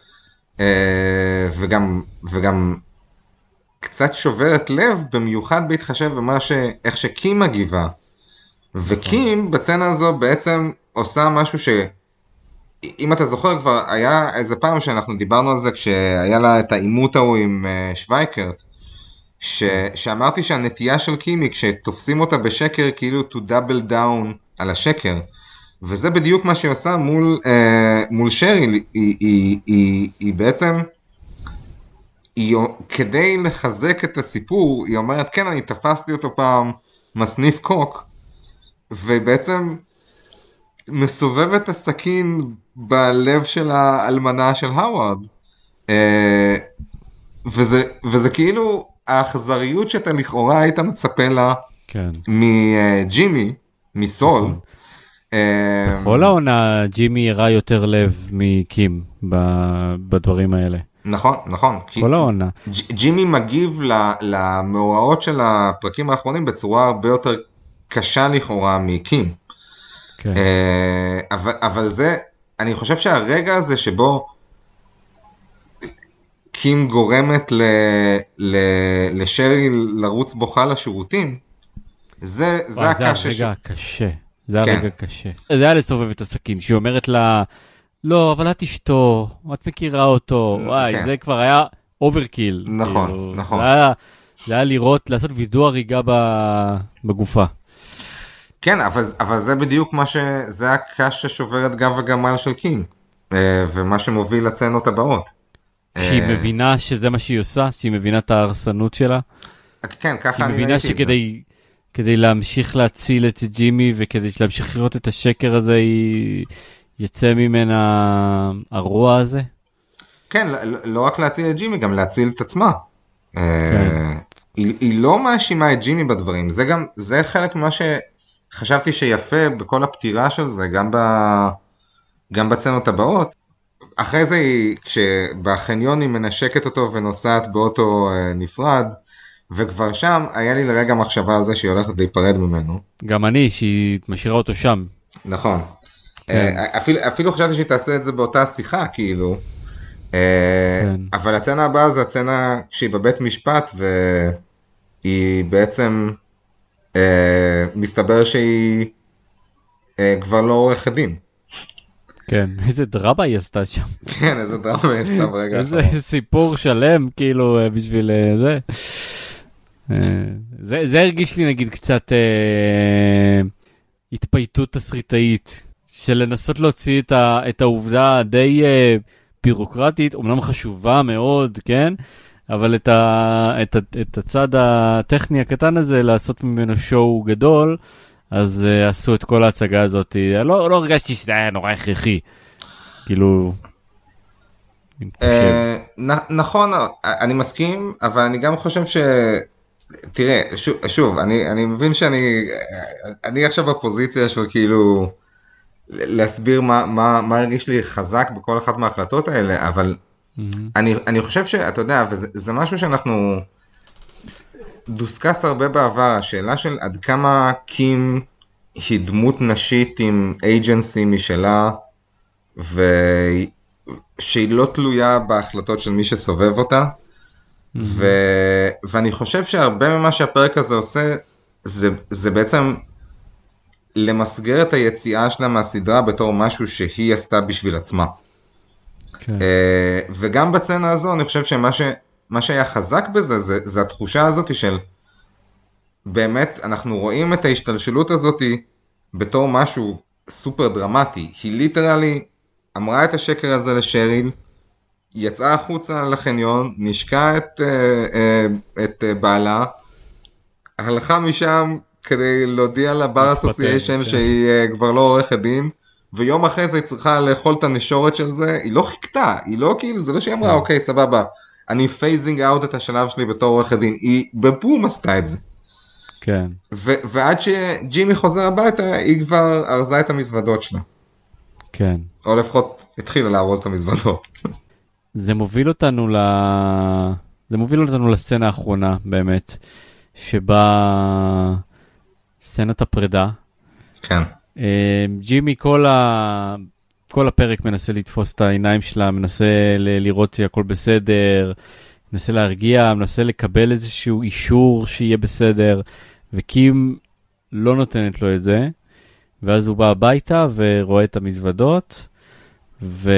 C: וגם, וגם קצת שוברת לב, במיוחד בהתחשב במה ש... איך שקים מגיבה. וקים בצנה הזו בעצם עושה משהו ש... אם אתה זוכר, כבר היה איזה פעם שאנחנו דיברנו על זה, כשהיה לה את האימות ההוא עם שווייקרט, ש... שאמרתי שהנטייה של קימי, כשתופסים אותה בשקר, כאילו to double down על השקר. וזה בדיוק מה שהיא עושה מול, אה, מול שריל, היא, היא, היא, היא, היא בעצם, היא, כדי לחזק את הסיפור, היא אומרת, כן, אני תפסתי אותו פעם מסניף קוק, ובעצם מסובבת הסכין בלב של האלמנה של האוורד, אה, וזה, וזה כאילו האכזריות שאתה לכאורה היית מצפה לה,
B: כן.
C: מג'ימי, מסול,
B: נכון. בכל העונה ג'ימי ירה יותר לב מקים בדברים האלה.
C: נכון, נכון.
B: כל העונה.
C: ג'ימי מגיב למאורעות של הפרקים האחרונים בצורה הרבה יותר קשה לכאורה מקים. אבל זה, אני חושב שהרגע הזה שבו קים גורמת לשרי לרוץ בוכה לשירותים, זה הקשה.
B: זה הרגע הקשה. זה היה רגע קשה. זה היה לסובב את הסכין, שהיא אומרת לה, לא, אבל את אשתו, את מכירה אותו, וואי, זה כבר היה אוברקיל.
C: נכון, נכון.
B: זה היה לראות, לעשות וידוא הריגה בגופה.
C: כן, אבל זה בדיוק מה ש... זה הקש ששוברת גב וגמל של קים, ומה שמוביל לצנות הבאות.
B: שהיא מבינה שזה מה שהיא עושה, שהיא מבינה את ההרסנות שלה.
C: כן, ככה אני ראיתי את זה.
B: שהיא מבינה שכדי... כדי להמשיך להציל את ג'ימי, וכדי להמשיך לראות את השקר הזה, היא יצא ממנה הרוע הזה?
C: כן, לא, לא רק להציל את ג'ימי, גם להציל את עצמה. כן. היא, היא לא מאשימה את ג'ימי בדברים, זה גם, זה חלק ממה שחשבתי שיפה בכל הפתירה של זה, גם, ב, גם בצנות הבאות. אחרי זה, היא, כשבחניון היא מנשקת אותו ונוסעת באוטו נפרד, וכבר שם היה לי לרגע מחשבה על זה שהיא הולכת להיפרד ממנו.
B: גם אני, שהיא משאירה אותו שם.
C: נכון. כן. אפילו, אפילו חשבתי שהיא תעשה את זה באותה שיחה, כאילו. כן. אבל הצנה הבאה זה הצנה כשהיא בבית משפט, והיא בעצם מסתבר שהיא כבר לא עורכת דין.
B: כן, איזה דרמה היא עשתה שם.
C: כן, איזה דרמה היא עשתה ברגע
B: האחרון. איזה סיפור שלם, כאילו, בשביל זה. זה, זה הרגיש לי, נגיד, קצת אה, התפייטות תסריטאית, של לנסות להוציא את, ה, את העובדה די אה, בירוקרטית, אומנם חשובה מאוד, כן? אבל את, ה, את, ה, את הצד הטכני הקטן הזה, לעשות ממנו שואו גדול, אז uh, עשו את כל ההצגה הזאת. לא, לא הרגשתי שזה היה נורא הכרחי. כאילו...
C: Uh, נ- נכון, אני מסכים, אבל אני גם חושב ש... תראה, שוב, שוב אני, אני מבין שאני... אני עכשיו בפוזיציה של כאילו... להסביר מה, מה, מה הרגיש לי חזק בכל אחת מההחלטות האלה, אבל mm-hmm. אני, אני חושב שאתה יודע, וזה זה משהו שאנחנו... דוסקס הרבה בעבר, השאלה של עד כמה קים היא דמות נשית עם אייג'נסי משלה, ושהיא לא תלויה בהחלטות של מי שסובב אותה, mm-hmm. ו... ואני חושב שהרבה ממה שהפרק הזה עושה, זה, זה בעצם למסגר את היציאה שלה מהסדרה בתור משהו שהיא עשתה בשביל עצמה. Okay. וגם בצנה הזו אני חושב שמה ש... מה שהיה חזק בזה, זה, זה התחושה הזאת של, באמת, אנחנו רואים את ההשתלשלות הזאת בתור משהו סופר דרמטי. היא ליטרלי אמרה את השקר הזה לשריל, יצאה החוצה לחניון, נשקה את, את בעלה, הלכה משם כדי להודיע לבר אסוסיישן שהיא כבר לא עורכת דין, ויום אחרי זה היא צריכה לאכול את הנשורת של זה, היא לא חיכתה, היא לא כאילו, זה לא שהיא אמרה, אוקיי, סבבה, אני פייזינג אאוט את השלב שלי בתור עורכת דין, היא בבום עשתה את זה.
B: כן.
C: ו- ועד שג'ימי חוזר הביתה, היא כבר ארזה את המזוודות שלה.
B: כן.
C: או לפחות התחילה לארוז את המזוודות.
B: זה מוביל אותנו ל... זה מוביל אותנו לסצנה האחרונה, באמת, שבה סצנת הפרידה.
C: כן.
B: ג'ימי כל ה... כל הפרק מנסה לתפוס את העיניים שלה, מנסה ל- לראות שהכל בסדר, מנסה להרגיע, מנסה לקבל איזשהו אישור שיהיה בסדר, וקים לא נותנת לו את זה, ואז הוא בא הביתה ורואה את המזוודות, ו...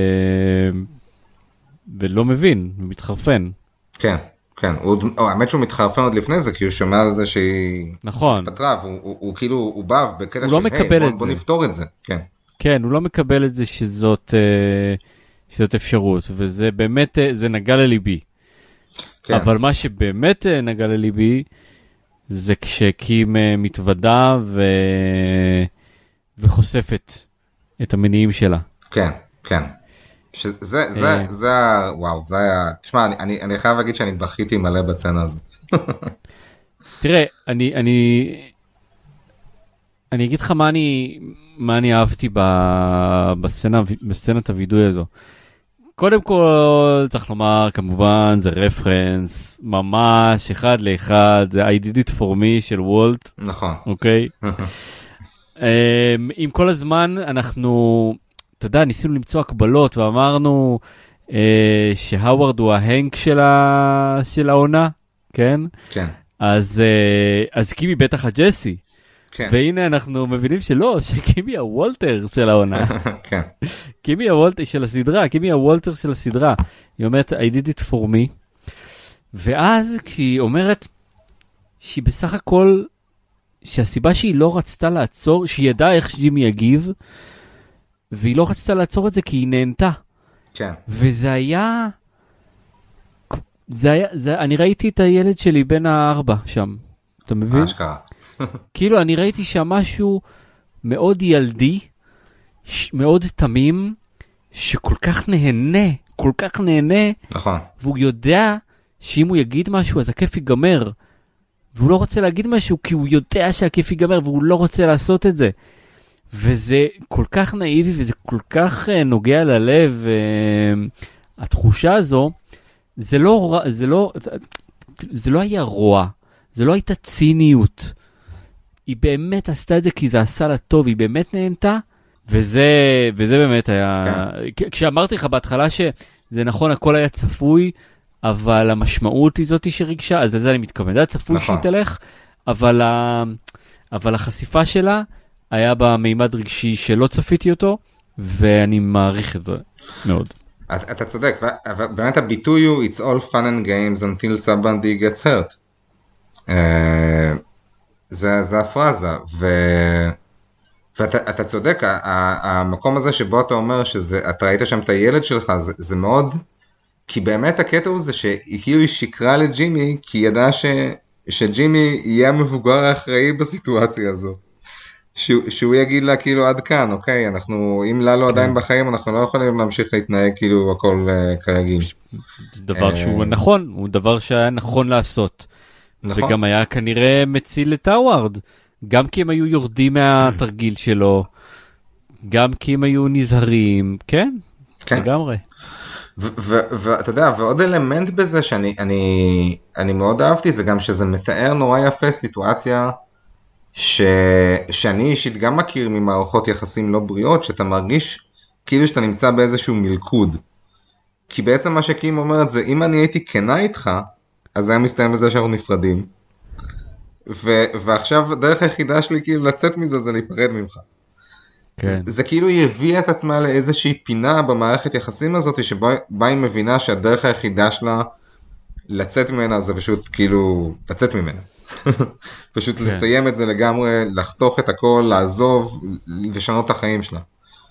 B: ולא מבין, הוא מתחרפן.
C: כן, כן, הוא, או, האמת שהוא מתחרפן עוד לפני זה, כי הוא שומע על זה שהיא...
B: נכון.
C: פטרה, והוא הוא, הוא, כאילו, הוא בא בקטע
B: הוא
C: של,
B: לא מקבל
C: היי,
B: את
C: בוא, בוא
B: זה.
C: נפתור את זה, כן.
B: כן, הוא לא מקבל את זה שזאת, שזאת אפשרות, וזה באמת, זה נגע לליבי. כן. אבל מה שבאמת נגע לליבי, זה כשקים מתוודה ו... וחושפת את המניעים שלה.
C: כן, כן. שזה, זה, זה, וואו, זה היה, תשמע, אני, אני, אני חייב להגיד שאני בכיתי מלא בצנה הזו.
B: תראה, אני, אני, אני אגיד לך מה אני, מה אני אהבתי בסצנה, בסצנת הוידוי הזו. קודם כל, צריך לומר, כמובן, זה רפרנס ממש אחד לאחד, זה I did it for me של וולט.
C: נכון.
B: אוקיי? עם כל הזמן אנחנו, אתה יודע, ניסינו למצוא הקבלות, ואמרנו שהאוורד הוא ההנק של העונה, כן?
C: כן.
B: אז קימי בטח הג'סי.
C: כן.
B: והנה אנחנו מבינים שלא, שקימי הוולטר של העונה.
C: כן.
B: קימי הוולטר של הסדרה, קימי הוולטר של הסדרה. היא אומרת, I did it for me. ואז כשהיא אומרת, שהיא בסך הכל, שהסיבה שהיא לא רצתה לעצור, שהיא ידעה איך ג'ימי יגיב, והיא לא רצתה לעצור את זה כי היא נהנתה.
C: כן.
B: וזה היה, זה היה, זה, אני ראיתי את הילד שלי בין הארבע שם. אתה מבין?
C: מה שקרה.
B: כאילו, אני ראיתי שם משהו מאוד ילדי, מאוד תמים, שכל כך נהנה, כל כך נהנה,
C: נכון.
B: והוא יודע שאם הוא יגיד משהו, אז הכיף ייגמר. והוא לא רוצה להגיד משהו, כי הוא יודע שהכיף ייגמר, והוא לא רוצה לעשות את זה. וזה כל כך נאיבי, וזה כל כך uh, נוגע ללב, uh, התחושה הזו, זה לא, זה לא, זה לא היה רוע, זה לא הייתה ציניות. היא באמת עשתה את זה כי זה עשה לה טוב, היא באמת נהנתה, וזה, וזה באמת היה, כן. כשאמרתי לך בהתחלה שזה נכון, הכל היה צפוי, אבל המשמעות היא זאתי שרגשה, אז לזה אני מתכוון, זה היה צפוי נכון. שהיא תלך, אבל, ה, אבל החשיפה שלה היה במימד רגשי שלא צפיתי אותו, ואני מעריך את זה מאוד.
C: אתה, אתה צודק, באמת הביטוי הוא It's all fun and games until somebody gets hurt. Uh, זה, זה הפרזה, ו... ואתה אתה צודק, המקום הזה שבו אתה אומר שאתה ראית שם את הילד שלך, זה, זה מאוד, כי באמת הקטע הוא זה שכאילו היא שיקרה לג'ימי, כי היא ידעה ש, שג'ימי יהיה המבוגר האחראי בסיטואציה הזאת. שהוא, שהוא יגיד לה כאילו עד כאן, אוקיי, אנחנו, אם ללו כן. עדיין בחיים, אנחנו לא יכולים להמשיך להתנהג כאילו הכל uh, כרגיל.
B: זה דבר שהוא נכון, הוא דבר שהיה נכון לעשות. נכון. וגם היה כנראה מציל את האווארד. גם כי הם היו יורדים מהתרגיל שלו, גם כי הם היו נזהרים, כן, כן. לגמרי.
C: ואתה יודע, ועוד אלמנט בזה שאני אני, אני מאוד אהבתי, זה גם שזה מתאר נורא יפה סיטואציה, ש, שאני אישית גם מכיר ממערכות יחסים לא בריאות, שאתה מרגיש כאילו שאתה נמצא באיזשהו מלכוד. כי בעצם מה שקים אומרת זה, אם אני הייתי כנה איתך, אז זה היה מסתיים בזה שאנחנו נפרדים. ו- ועכשיו הדרך היחידה שלי כאילו לצאת מזה זה להיפרד ממך. כן. זה, זה כאילו היא הביאה את עצמה לאיזושהי פינה במערכת יחסים הזאת, שבה היא מבינה שהדרך היחידה שלה לצאת ממנה זה פשוט כאילו לצאת ממנה. פשוט כן. לסיים את זה לגמרי, לחתוך את הכל, לעזוב, לשנות את החיים שלה.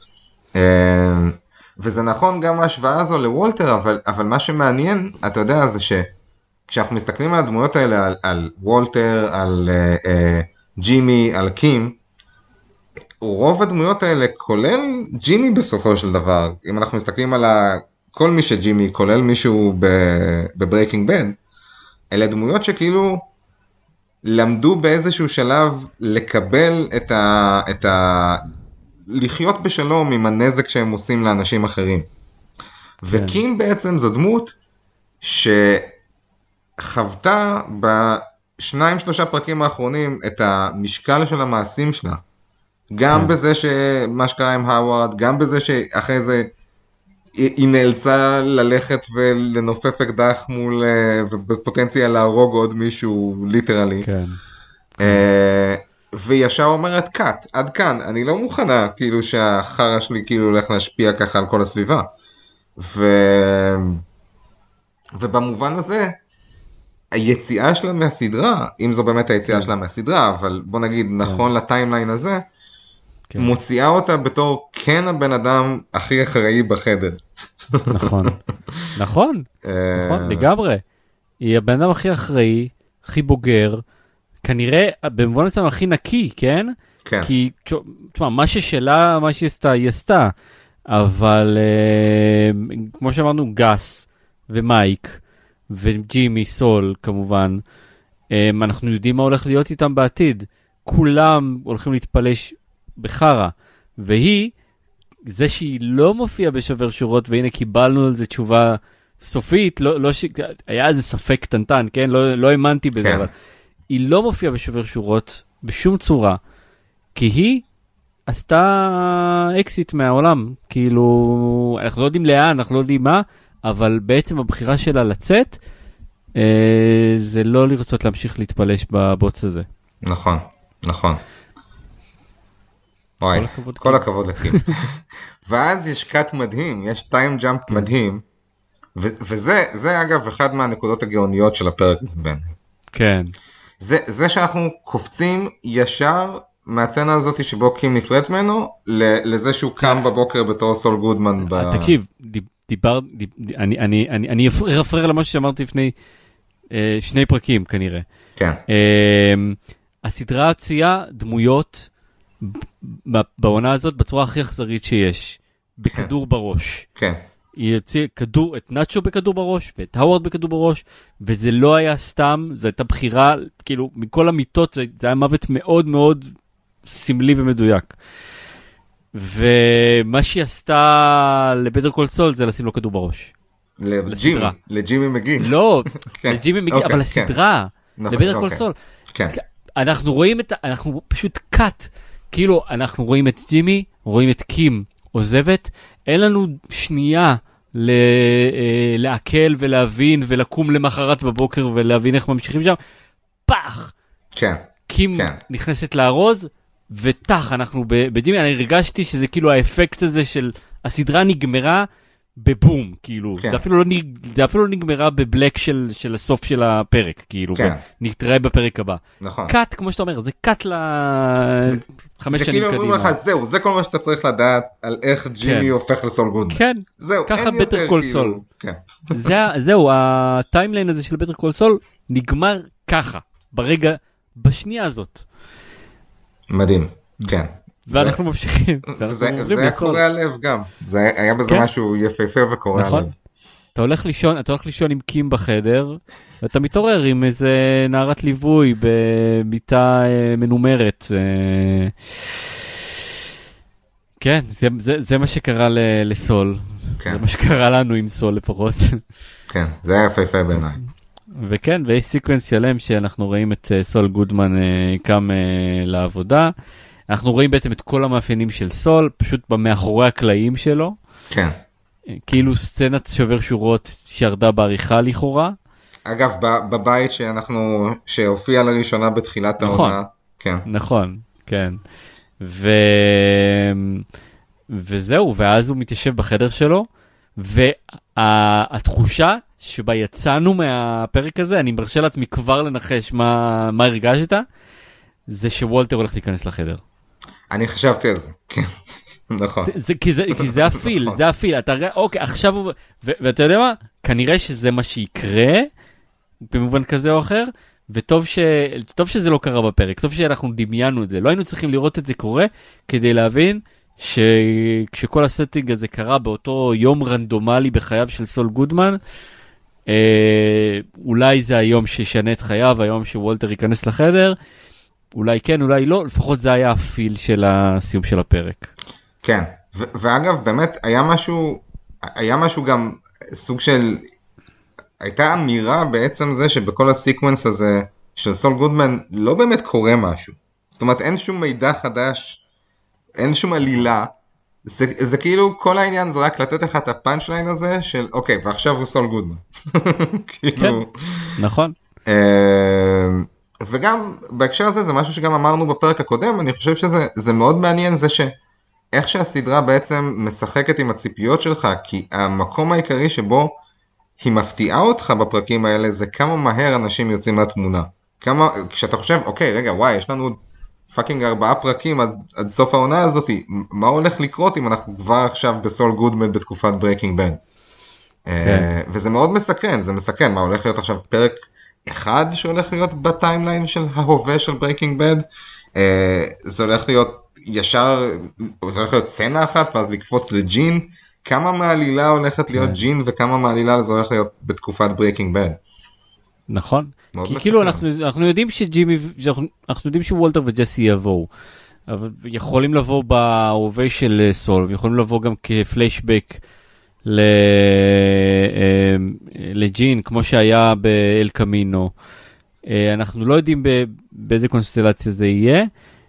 C: וזה נכון גם ההשוואה הזו לוולטר, אבל, אבל מה שמעניין, אתה יודע, זה ש... כשאנחנו מסתכלים על הדמויות האלה, על, על וולטר, על uh, uh, ג'ימי, על קים, רוב הדמויות האלה, כולל ג'ימי בסופו של דבר, אם אנחנו מסתכלים על ה... כל מי שג'ימי, כולל מישהו בברייקינג בד, אלה דמויות שכאילו למדו באיזשהו שלב לקבל את ה... את ה... לחיות בשלום עם הנזק שהם עושים לאנשים אחרים. כן. וקים בעצם זו דמות ש... חוותה בשניים שלושה פרקים האחרונים את המשקל של המעשים שלה. גם כן. בזה שמה שקרה עם האוורד, גם בזה שאחרי זה היא נאלצה ללכת ולנופף אקדח מול, ובפוטנציה להרוג עוד מישהו ליטרלי. כן. אה, וישר אומרת קאט, עד כאן, אני לא מוכנה כאילו שהחרה שלי כאילו הולך להשפיע ככה על כל הסביבה. ו... ובמובן הזה, היציאה שלה מהסדרה, אם זו באמת היציאה שלה מהסדרה, אבל בוא נגיד נכון לטיימליין הזה, מוציאה אותה בתור כן הבן אדם הכי אחראי בחדר.
B: נכון, נכון, נכון, לגמרי. היא הבן אדם הכי אחראי, הכי בוגר, כנראה במובן מסוים הכי נקי, כן? כן. כי, תשמע, מה ששלה, מה שהיא עשתה, היא עשתה, אבל כמו שאמרנו, גס ומייק, וג'ימי, סול, כמובן, אנחנו יודעים מה הולך להיות איתם בעתיד. כולם הולכים להתפלש בחרה. והיא, זה שהיא לא מופיעה בשובר שורות, והנה קיבלנו על זה תשובה סופית, לא, לא ש... היה איזה ספק קטנטן, כן? לא, לא האמנתי בזה, כן. אבל היא לא מופיעה בשובר שורות בשום צורה, כי היא עשתה אקסיט מהעולם. כאילו, אנחנו לא יודעים לאן, אנחנו לא יודעים מה, אבל בעצם הבחירה שלה לצאת, אה, זה לא לרצות להמשיך להתפלש בבוץ הזה. נכון,
C: נכון. וואי, כל הכבוד לקים. ואז יש קאט מדהים, יש טיים ג'אמפ מדהים, וזה, זה אגב אחד מהנקודות הגאוניות של הפרק הזה בין.
B: כן.
C: זה, זה שאנחנו קופצים ישר מהצנה הזאת שבו קים נפרד ממנו, לזה שהוא קם בבוקר בתור סול גודמן.
B: תקשיב, דיבר, אני, אני, אני, אני אפרר למה שאמרתי לפני שני פרקים כנראה.
C: כן.
B: הסדרה הוציאה דמויות בעונה הזאת בצורה הכי אכזרית שיש, בכדור בראש.
C: כן.
B: היא הוציאה כדור, את נאצ'ו בכדור בראש, ואת האוורד בכדור בראש, וזה לא היה סתם, זו הייתה בחירה, כאילו, מכל המיטות, זה, זה היה מוות מאוד מאוד סמלי ומדויק. ומה שהיא עשתה לבטר קול סול, זה לשים לו כדור בראש.
C: לג'ימי, לג'ימי מגי.
B: לא, לג'ימי מגי, אבל הסדרה, לבטר קול סול.
C: כן.
B: אנחנו רואים את, אנחנו פשוט קאט, כאילו, אנחנו רואים את ג'ימי, רואים את קים עוזבת, אין לנו שנייה לעכל ולהבין ולקום למחרת בבוקר ולהבין איך ממשיכים שם. פח!
C: כן.
B: קים נכנסת לארוז, ותח, אנחנו בג'ימי, אני הרגשתי שזה כאילו האפקט הזה של הסדרה נגמרה בבום, כאילו. זה אפילו לא, זה אפילו לא נגמרה בבלק של, של הסוף של הפרק, כאילו. נתראה בפרק הבא.
C: נכון.
B: קאט, כמו שאתה אומר, זה קאט לחמש שנים קדימה. זה כאילו אומרים לך,
C: זהו, זה כל מה שאתה צריך לדעת על איך ג'ימי הופך לסול גודמן.
B: כן,
C: זהו,
B: ככה בטר קול סול. זהו, הטיימליין הזה של בטר קול סול נגמר ככה, ברגע, בשנייה הזאת.
C: מדהים, כן.
B: ואנחנו ממשיכים.
C: זה היה קורא הלב גם. זה היה בזה משהו יפהפה וקורא הלב.
B: אתה הולך לישון, אתה הולך לישון עם קים בחדר, ואתה מתעורר עם איזה נערת ליווי במיטה מנומרת. כן, זה מה שקרה לסול. זה מה שקרה לנו עם סול לפחות.
C: כן, זה היה יפהפה בעיניי.
B: וכן, ויש סיקוונס שלם שאנחנו רואים את סול גודמן קם לעבודה. אנחנו רואים בעצם את כל המאפיינים של סול, פשוט במאחורי הקלעים שלו.
C: כן.
B: כאילו סצנת שובר שורות שירדה בעריכה לכאורה.
C: אגב, בבית שאנחנו, שהופיע לראשונה בתחילת העונה. כן.
B: נכון, כן. ו... וזהו, ואז הוא מתיישב בחדר שלו, והתחושה שבה יצאנו מהפרק הזה, אני מרשה לעצמי כבר לנחש מה, מה הרגשת, זה שוולטר הולך להיכנס לחדר.
C: אני חשבתי על זה, כן, נכון.
B: זה, כי, זה, כי זה הפיל, זה הפיל, אתה רואה, אוקיי, עכשיו, ו, ואתה יודע מה? כנראה שזה מה שיקרה, במובן כזה או אחר, וטוב ש, טוב שזה לא קרה בפרק, טוב שאנחנו דמיינו את זה, לא היינו צריכים לראות את זה קורה, כדי להבין שכשכל הסטינג הזה קרה באותו יום רנדומלי בחייו של סול גודמן, אה, אולי זה היום שישנה את חייו, היום שוולטר ייכנס לחדר, אולי כן, אולי לא, לפחות זה היה הפיל של הסיום של הפרק.
C: כן, ו- ואגב, באמת, היה משהו, היה משהו גם סוג של, הייתה אמירה בעצם זה שבכל הסיקוונס הזה של סול גודמן לא באמת קורה משהו. זאת אומרת, אין שום מידע חדש, אין שום עלילה, זה, זה כאילו כל העניין זה רק לתת לך את הפאנץ' ליין הזה של אוקיי, ועכשיו הוא סול גודמן. כאילו,
B: כן, נכון.
C: אה, וגם בהקשר הזה זה משהו שגם אמרנו בפרק הקודם, אני חושב שזה זה מאוד מעניין זה שאיך שהסדרה בעצם משחקת עם הציפיות שלך, כי המקום העיקרי שבו היא מפתיעה אותך בפרקים האלה זה כמה מהר אנשים יוצאים מהתמונה. כמה, כשאתה חושב, אוקיי, רגע, וואי, יש לנו פאקינג ארבעה פרקים עד, עד סוף העונה הזאת, מה הולך לקרות אם אנחנו כבר עכשיו בסול גודמן בתקופת ברייקינג בד? כן. וזה מאוד מסקרן, זה מסקרן, מה הולך להיות עכשיו פרק אחד שהולך להיות בטיימליין של ההווה של ברייקינג בד, זה הולך להיות ישר, זה הולך להיות סצנה אחת ואז לקפוץ לג'ין, כמה מהעלילה הולכת להיות ג'ין וכמה מהעלילה זה הולך להיות בתקופת ברייקינג בד.
B: נכון, כי כאילו אנחנו יודעים שג'ימי, אנחנו יודעים שוולטר וג'סי יבואו, אבל יכולים לבוא בהווה של סול, יכולים לבוא גם כפלשבק לג'ין, כמו שהיה באל קמינו. אנחנו לא יודעים באיזה קונסטלציה זה יהיה,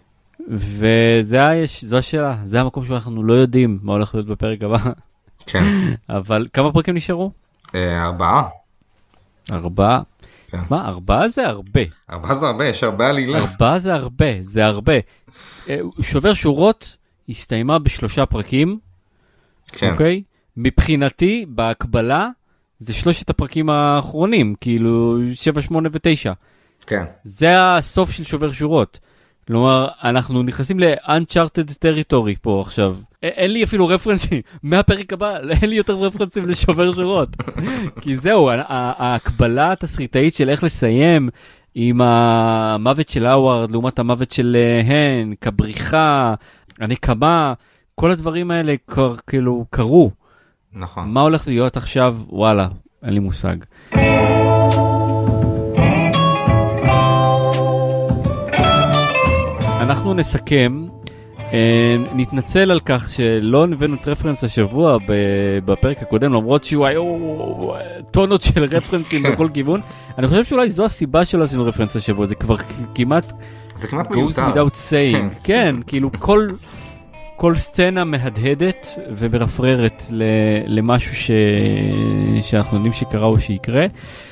B: וזו השאלה, זה המקום שאנחנו לא יודעים מה הולך להיות בפרק הבא.
C: כן.
B: אבל כמה פרקים נשארו?
C: ארבעה.
B: ארבעה? מה, ארבעה זה הרבה.
C: ארבעה זה הרבה, יש הרבה עלילה.
B: ארבעה זה הרבה, זה הרבה. שובר שורות הסתיימה בשלושה פרקים.
C: כן.
B: אוקיי? מבחינתי, בהקבלה, זה שלושת הפרקים האחרונים, כאילו שבע, שמונה ותשע.
C: כן.
B: זה הסוף של שובר שורות. כלומר, אנחנו נכנסים ל-Uncharted Territory פה עכשיו. אין לי אפילו רפרנסים. מהפרק הבא, אין לי יותר רפרנסים לשובר שורות. כי זהו, ההקבלה התסריטאית של איך לסיים עם המוות של האווארד, לעומת המוות של הנק, הבריחה, הנקמה, כל הדברים האלה כבר כאילו קרו.
C: נכון.
B: מה הולך להיות עכשיו? וואלה, אין לי מושג. אנחנו נסכם, נתנצל על כך שלא נבאנו את רפרנס השבוע בפרק הקודם, למרות שהוא היו טונות של רפרנסים בכל כיוון. אני חושב שאולי זו הסיבה שלא עשינו רפרנס השבוע, זה כבר כמעט
C: זה כמעט
B: מיותר. goes without saying. כן, כאילו כל כל סצנה מהדהדת ומרפררת למשהו ש... שאנחנו יודעים שקרה או שיקרה.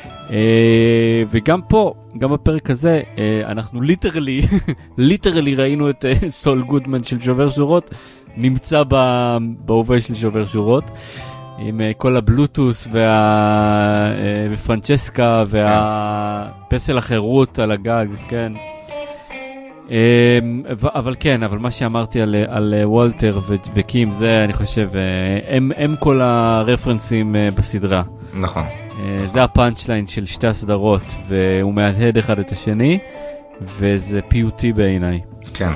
B: וגם פה, גם בפרק הזה, אנחנו ליטרלי, ליטרלי ראינו את סול גודמן של שובר שורות, נמצא בהווה של שובר שורות, עם כל הבלוטוס ופרנצ'סקה והפסל החירות על הגג, כן. אבל כן, אבל מה שאמרתי על, על וולטר וקים, זה אני חושב, הם, הם כל הרפרנסים בסדרה.
C: נכון.
B: זה הפאנץ' ליין של שתי הסדרות, והוא מהדהד אחד את השני, וזה פיוטי בעיניי.
C: כן.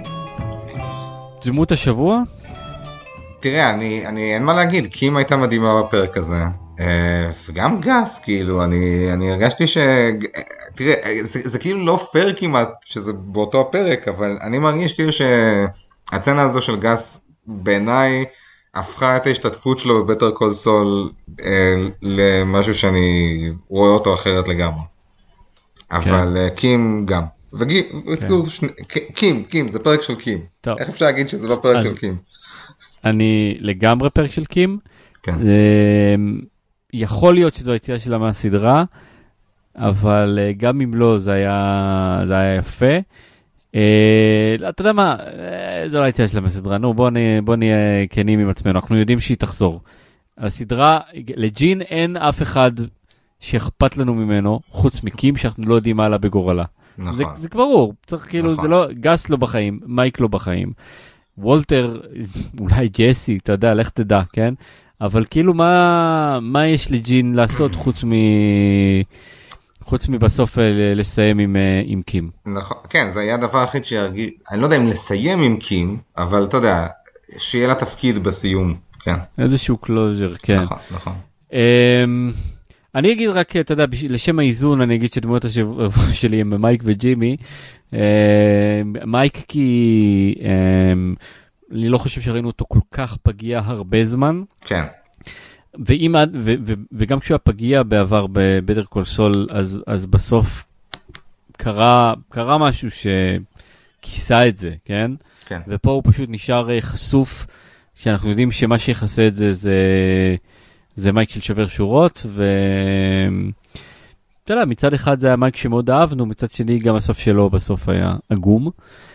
B: דמות השבוע?
C: תראה, אני, אני, אין מה להגיד, קים הייתה מדהימה בפרק הזה. וגם גס, כאילו, אני, אני הרגשתי ש... תראה, זה, זה כאילו לא פייר כמעט שזה באותו הפרק, אבל אני מרגיש כאילו שהצנה הזו של גס בעיניי הפכה את ההשתתפות שלו בבטר קול סול אה, למשהו שאני רואה אותו אחרת לגמרי. אבל כן. קים גם. וקים, כן. שני, קים, קים, זה פרק של קים. טוב. איך אפשר להגיד שזה לא פרק של קים?
B: אני לגמרי פרק של קים.
C: כן.
B: יכול להיות שזו היציאה שלה מהסדרה, אבל גם אם לא, זה היה, זה היה יפה. אתה יודע מה, זו לא היציאה שלה מהסדרה. נו, בוא נהיה כנים עם עצמנו. אנחנו יודעים שהיא תחזור. הסדרה, לג'ין אין אף אחד שאכפת לנו ממנו, חוץ מקים שאנחנו לא יודעים מה עלה בגורלה.
C: נכון.
B: זה, זה כבר ברור. צריך כאילו,
C: נכון.
B: זה לא, גס לא בחיים, מייק לא בחיים. וולטר, אולי ג'סי, אתה יודע, לך תדע, כן? אבל כאילו מה, מה יש לג'ין לעשות חוץ מ... חוץ מבסוף לסיים עם, עם קים?
C: נכון, כן, זה היה הדבר הכי שירגיש, אני לא יודע אם לסיים עם קים, אבל אתה יודע, שיהיה לה תפקיד בסיום, כן.
B: איזשהו קלוז'ר, כן.
C: נכון, נכון.
B: Um, אני אגיד רק, אתה יודע, לשם האיזון, אני אגיד שדמויות השבוע שלי הם מייק וג'ימי. Uh, מייק כי... Um, אני לא חושב שראינו אותו כל כך פגיע הרבה זמן.
C: כן.
B: ואם, ו, ו, וגם כשהוא הפגיע בעבר בבטר קול סול, אז, אז בסוף קרה, קרה משהו שכיסה את זה, כן?
C: כן.
B: ופה הוא פשוט נשאר חשוף, שאנחנו יודעים שמה שיחסה את זה, זה, זה מייק של שובר שורות, ו... אתה יודע, מצד אחד זה היה מייק שמאוד אהבנו, מצד שני גם הסוף שלו בסוף היה עגום.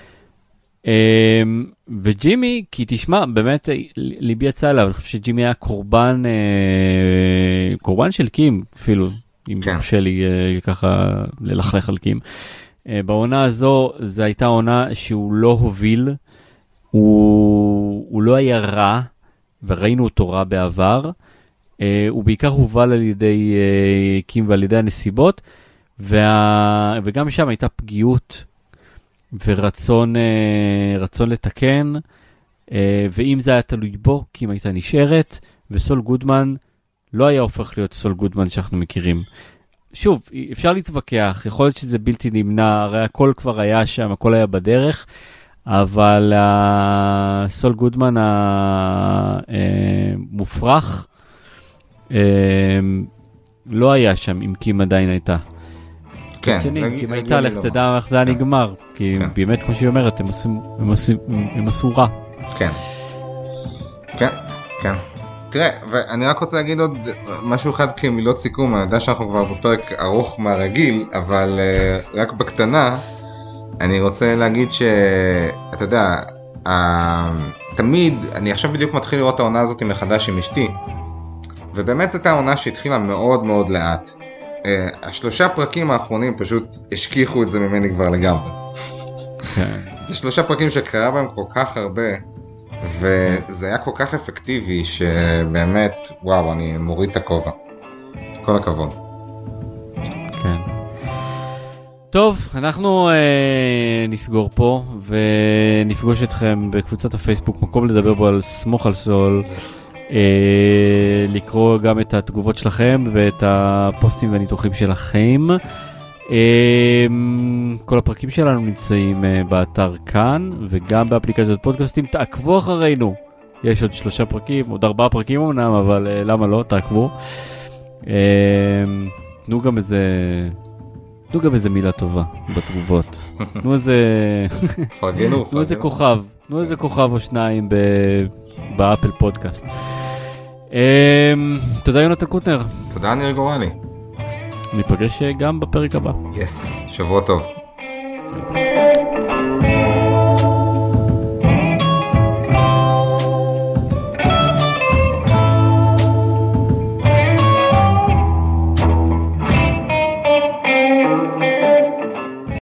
B: וג'ימי, כי תשמע, באמת ליבי יצא אליו, אני חושב שג'ימי היה קורבן, קורבן של קים, אפילו, אם תרשה לי ככה ללכלך על קים. בעונה הזו, זו הייתה עונה שהוא לא הוביל, הוא לא היה רע, וראינו אותו רע בעבר, הוא בעיקר הובל על ידי קים ועל ידי הנסיבות, וגם שם הייתה פגיעות, ורצון רצון לתקן, ואם זה היה תלוי בו, כי אם הייתה נשארת, וסול גודמן לא היה הופך להיות סול גודמן שאנחנו מכירים. שוב, אפשר להתווכח, יכול להיות שזה בלתי נמנע, הרי הכל כבר היה שם, הכל היה בדרך, אבל סול גודמן המופרך לא היה שם, אם קים עדיין הייתה.
C: כן,
B: כי אם הייתה לך תדע איך זה היה נגמר, כי באמת כמו שהיא אומרת, הם עשו רע.
C: כן, כן, כן. תראה, ואני רק רוצה להגיד עוד משהו אחד כמילות סיכום, אני יודע שאנחנו כבר בפרק ארוך מהרגיל, אבל רק בקטנה, אני רוצה להגיד שאתה יודע, תמיד, אני עכשיו בדיוק מתחיל לראות את העונה הזאת מחדש עם אשתי, ובאמת זאת העונה שהתחילה מאוד מאוד לאט. Uh, השלושה פרקים האחרונים פשוט השכיחו את זה ממני כבר לגמרי. זה שלושה פרקים שקרה בהם כל כך הרבה, וזה היה כל כך אפקטיבי שבאמת, וואו, אני מוריד את הכובע. כל הכבוד.
B: כן. טוב, אנחנו אה, נסגור פה ונפגוש אתכם בקבוצת הפייסבוק, מקום לדבר בו על סמוך על סול, אה, לקרוא גם את התגובות שלכם ואת הפוסטים והניתוחים שלכם. אה, כל הפרקים שלנו נמצאים אה, באתר כאן וגם באפליקציות פודקאסטים. תעקבו אחרינו, יש עוד שלושה פרקים, עוד ארבעה פרקים אמנם, אבל אה, למה לא, תעקבו. אה, תנו גם איזה... תנו גם איזה מילה טובה בתגובות. תנו איזה...
C: פרגנו,
B: תנו איזה כוכב. תנו איזה כוכב או שניים באפל פודקאסט. תודה יונתן קוטנר.
C: תודה ניר גורלי.
B: ניפגש גם בפרק הבא.
C: יס, שבוע טוב.